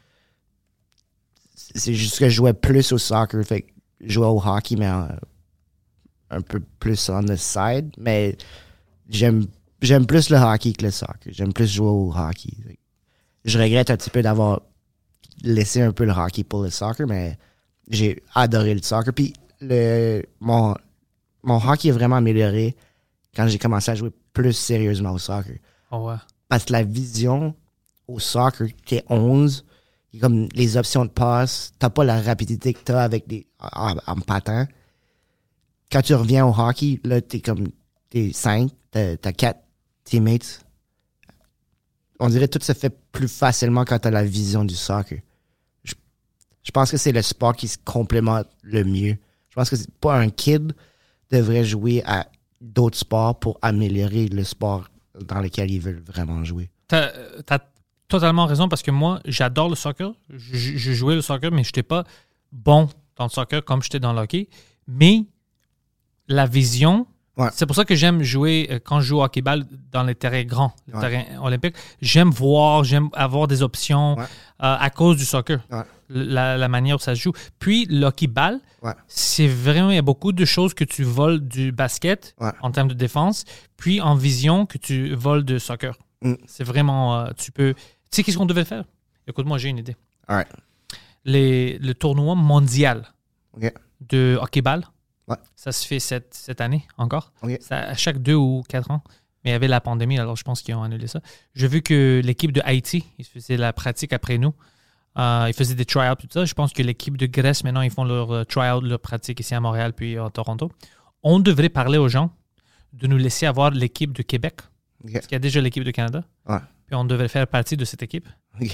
c'est juste que je jouais plus au soccer. Fait que je jouais au hockey, mais un peu plus on the side. Mais j'aime plus le hockey que le soccer. J'aime plus jouer au hockey. Je regrette un petit peu d'avoir laissé un peu le hockey pour le soccer, mais j'ai adoré le soccer. Puis mon hockey est vraiment amélioré quand j'ai commencé à jouer plus sérieusement au soccer. Oh ouais. Parce que la vision au soccer, t'es 11, comme les options de passe, t'as pas la rapidité que t'as avec en patin. Quand tu reviens au hockey, là, t'es 5, t'as 4 teammates. On dirait que tout se fait plus facilement quand t'as la vision du soccer. Je pense que c'est le sport qui se complémente le mieux. Je pense que c'est pas un kid devrait jouer à d'autres sports pour améliorer le sport dans lequel ils veulent vraiment jouer. T'as totalement raison parce que moi, j'adore le soccer. Je jouais le soccer, mais je n'étais pas bon dans le soccer comme j'étais dans le hockey. Mais la vision, c'est pour ça que j'aime jouer, quand je joue au hockey-ball, dans les terrains grands, les terrains olympiques. J'aime voir, j'aime avoir des options à cause du soccer. Ouais. la manière où ça se joue. Puis, le hockey-ball, c'est vraiment... Il y a beaucoup de choses que tu voles du basket en termes de défense, puis en vision que tu voles de soccer. C'est vraiment... tu sais qu'est-ce qu'on devait faire? Écoute-moi, j'ai une idée. All right. Le tournoi mondial de hockey-ball, ça se fait cette année encore. Ça, à chaque 2 ou 4 ans. Mais il y avait la pandémie, alors je pense qu'ils ont annulé ça. J'ai vu que l'équipe de Haïti, ils faisaient la pratique après nous. Ils faisaient des try-outs, tout ça. Je pense que l'équipe de Grèce, maintenant, ils font leur try-out, leur pratique ici à Montréal puis à Toronto. On devrait parler aux gens de nous laisser avoir l'équipe de Québec. Parce qu'il y a déjà l'équipe de Canada. Puis on devrait faire partie de cette équipe.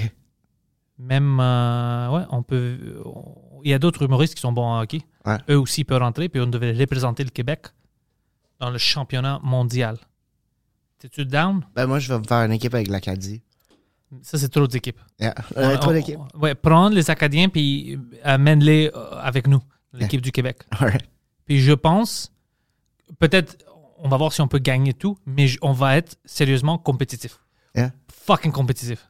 Même, on peut... Il y a d'autres humoristes qui sont bons en hockey. Eux aussi peuvent rentrer, puis on devrait représenter le Québec dans le championnat mondial. T'es-tu down? Ben moi, je vais me faire une équipe avec l'Acadie. Ça, c'est trop d'équipes. Trop d'équipes. Prendre les Acadiens puis amène-les avec nous, l'équipe du Québec. Puis je pense, peut-être, on va voir si on peut gagner tout, mais on va être sérieusement compétitif. Fucking compétitif.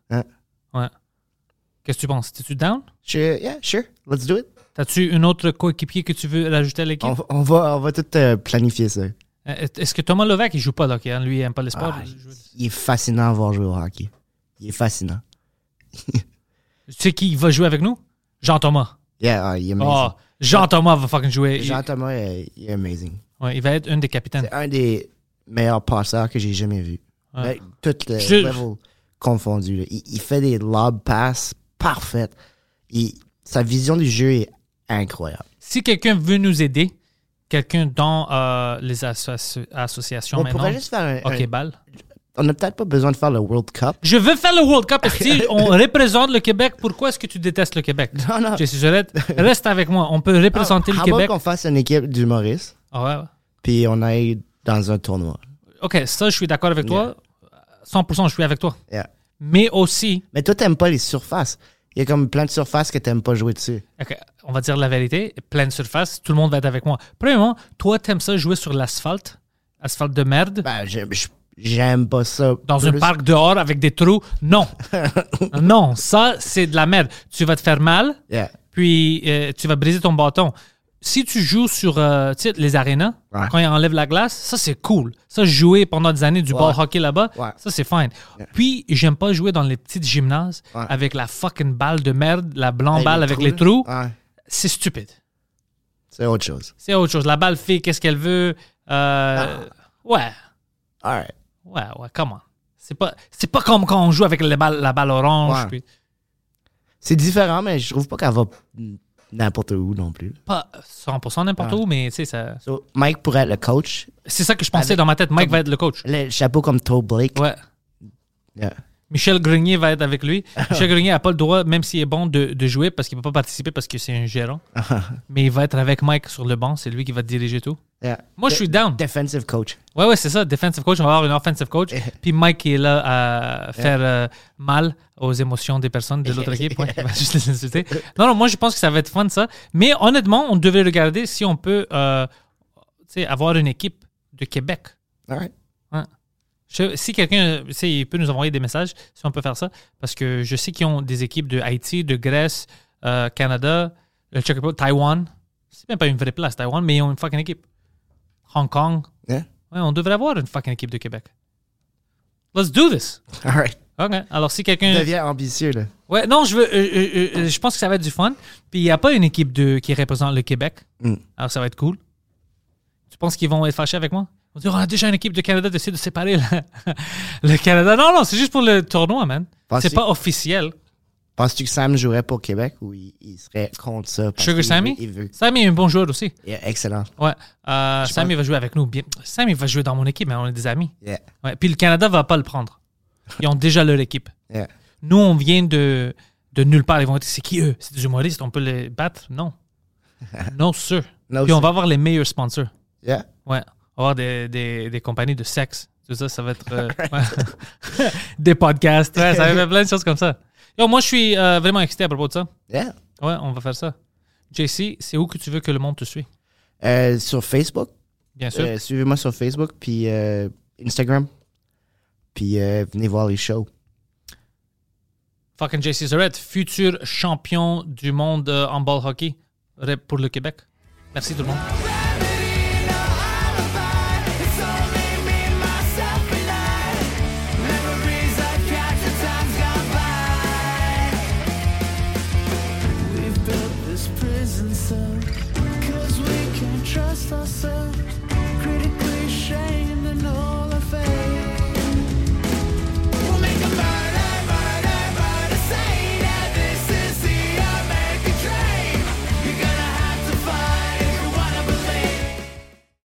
Qu'est-ce que tu penses? T'es-tu down? Sure. Let's do it. T'as-tu un autre coéquipier que tu veux rajouter à l'équipe? On va tout planifier ça. Est-ce que Thomas Levac, il joue pas d'hockey? Lui, il n'aime pas le sport. Il est fascinant à voir jouer au hockey. Il est fascinant. Tu sais qui va jouer avec nous? Jean-Thomas. Il est amazing. Jean-Thomas va fucking jouer. Jean-Thomas, il est amazing. Il va être un des capitaines. C'est un des meilleurs passeurs que j'ai jamais vu. Toutes les levels confondus. Il fait des lob passes parfaites. Sa vision du jeu est incroyable. Si quelqu'un veut nous aider, quelqu'un dans les associations on maintenant, pourrait juste faire hockey-ball. On n'a peut-être pas besoin de faire le World Cup. Je veux faire le World Cup. Si on représente le Québec, pourquoi est-ce que tu détestes le Québec? Non. Reste avec moi. On peut représenter le Québec. Qu'on fasse une équipe d'humoristes. Puis on aille dans un tournoi. OK, ça, je suis d'accord avec toi. 100%, je suis avec toi. Mais aussi... Mais toi, t'aimes pas les surfaces. Il y a comme plein de surfaces que t'aimes pas jouer dessus. OK, on va dire la vérité. Plein de surfaces, tout le monde va être avec moi. Premièrement, toi, t'aimes ça jouer sur l'asphalte? Asphalte de merde? Ben, j'aime pas ça. Dans un parc dehors avec des trous? Non. Non, ça, c'est de la merde. Tu vas te faire mal, puis tu vas briser ton bâton. Si tu joues sur les arénas, quand ils enlèvent la glace, ça, c'est cool. Ça, jouer pendant des années du ball hockey là-bas, ça, c'est fine. Puis, j'aime pas jouer dans les petites gymnases avec la fucking balle de merde, la blanc balle avec les trous. C'est stupide. C'est autre chose. C'est autre chose. La balle fait qu'est-ce qu'elle veut. Ouais. All right. Ouais, come on. C'est pas comme quand on joue avec la balle orange. Puis... C'est différent, mais je trouve pas qu'elle va n'importe où non plus. Pas 100% n'importe où, mais tu sais, ça... So, Mike pourrait être le coach. C'est ça que je pensais dans ma tête. Mike va être le coach. Le chapeau comme Toe Blake. Ouais. Michel Grenier va être avec lui. Michel Grenier n'a pas le droit, même s'il est bon, de jouer parce qu'il ne peut pas participer parce que c'est un gérant. Mais il va être avec Mike sur le banc. C'est lui qui va diriger tout. Moi, je suis down. Defensive coach. Ouais, c'est ça. Defensive coach. On va avoir une offensive coach. Puis Mike qui est là à faire mal aux émotions des personnes de l'autre équipe. Il va juste les insulter. Non, moi, je pense que ça va être fun, ça. Mais honnêtement, on devrait regarder si on peut avoir une équipe de Québec. All right. Si quelqu'un il peut nous envoyer des messages, si on peut faire ça, parce que je sais qu'ils ont des équipes de Haïti, de Grèce, Canada, le Czech Republic, Taïwan. C'est même pas une vraie place, Taïwan, mais ils ont une fucking équipe. Hong Kong. Ouais, on devrait avoir une fucking équipe de Québec. Let's do this. All right. OK. Alors, si quelqu'un... Devient ambitieux, là. Ouais, non, je pense que ça va être du fun. Puis, il n'y a pas une équipe qui représente le Québec. Alors, ça va être cool. Tu penses qu'ils vont être fâchés avec moi? On dit, on a déjà une équipe de Canada d'essayer de séparer le Canada. Non, c'est juste pour le tournoi, man. C'est pas officiel. Penses-tu que Sam jouerait pour Québec ou il serait contre ça? Sugar Sammy? Sammy est un bon joueur aussi. Excellent. Ouais. Sammy va jouer avec nous. Sammy va jouer dans mon équipe, mais on est des amis. Ouais. Puis le Canada va pas le prendre. Ils ont déjà leur équipe. Yeah. Nous, on vient de nulle part. Ils vont dire, c'est qui eux? C'est des humoristes, on peut les battre? Non. No, sir. Puis on va avoir les meilleurs sponsors. Yeah. Ouais. On va avoir des compagnies de sexe. Tout ça, ça va être... des podcasts. Ouais, ça va être plein de choses comme ça. Yo, moi, je suis vraiment excité à propos de ça. Yeah. Ouais, on va faire ça. JC, c'est où que tu veux que le monde te suive? Sur Facebook. Bien sûr. Suivez-moi sur Facebook, puis Instagram. Puis venez voir les shows. Fucking JC Surette, futur champion du monde en ball hockey pour le Québec. Merci tout le monde.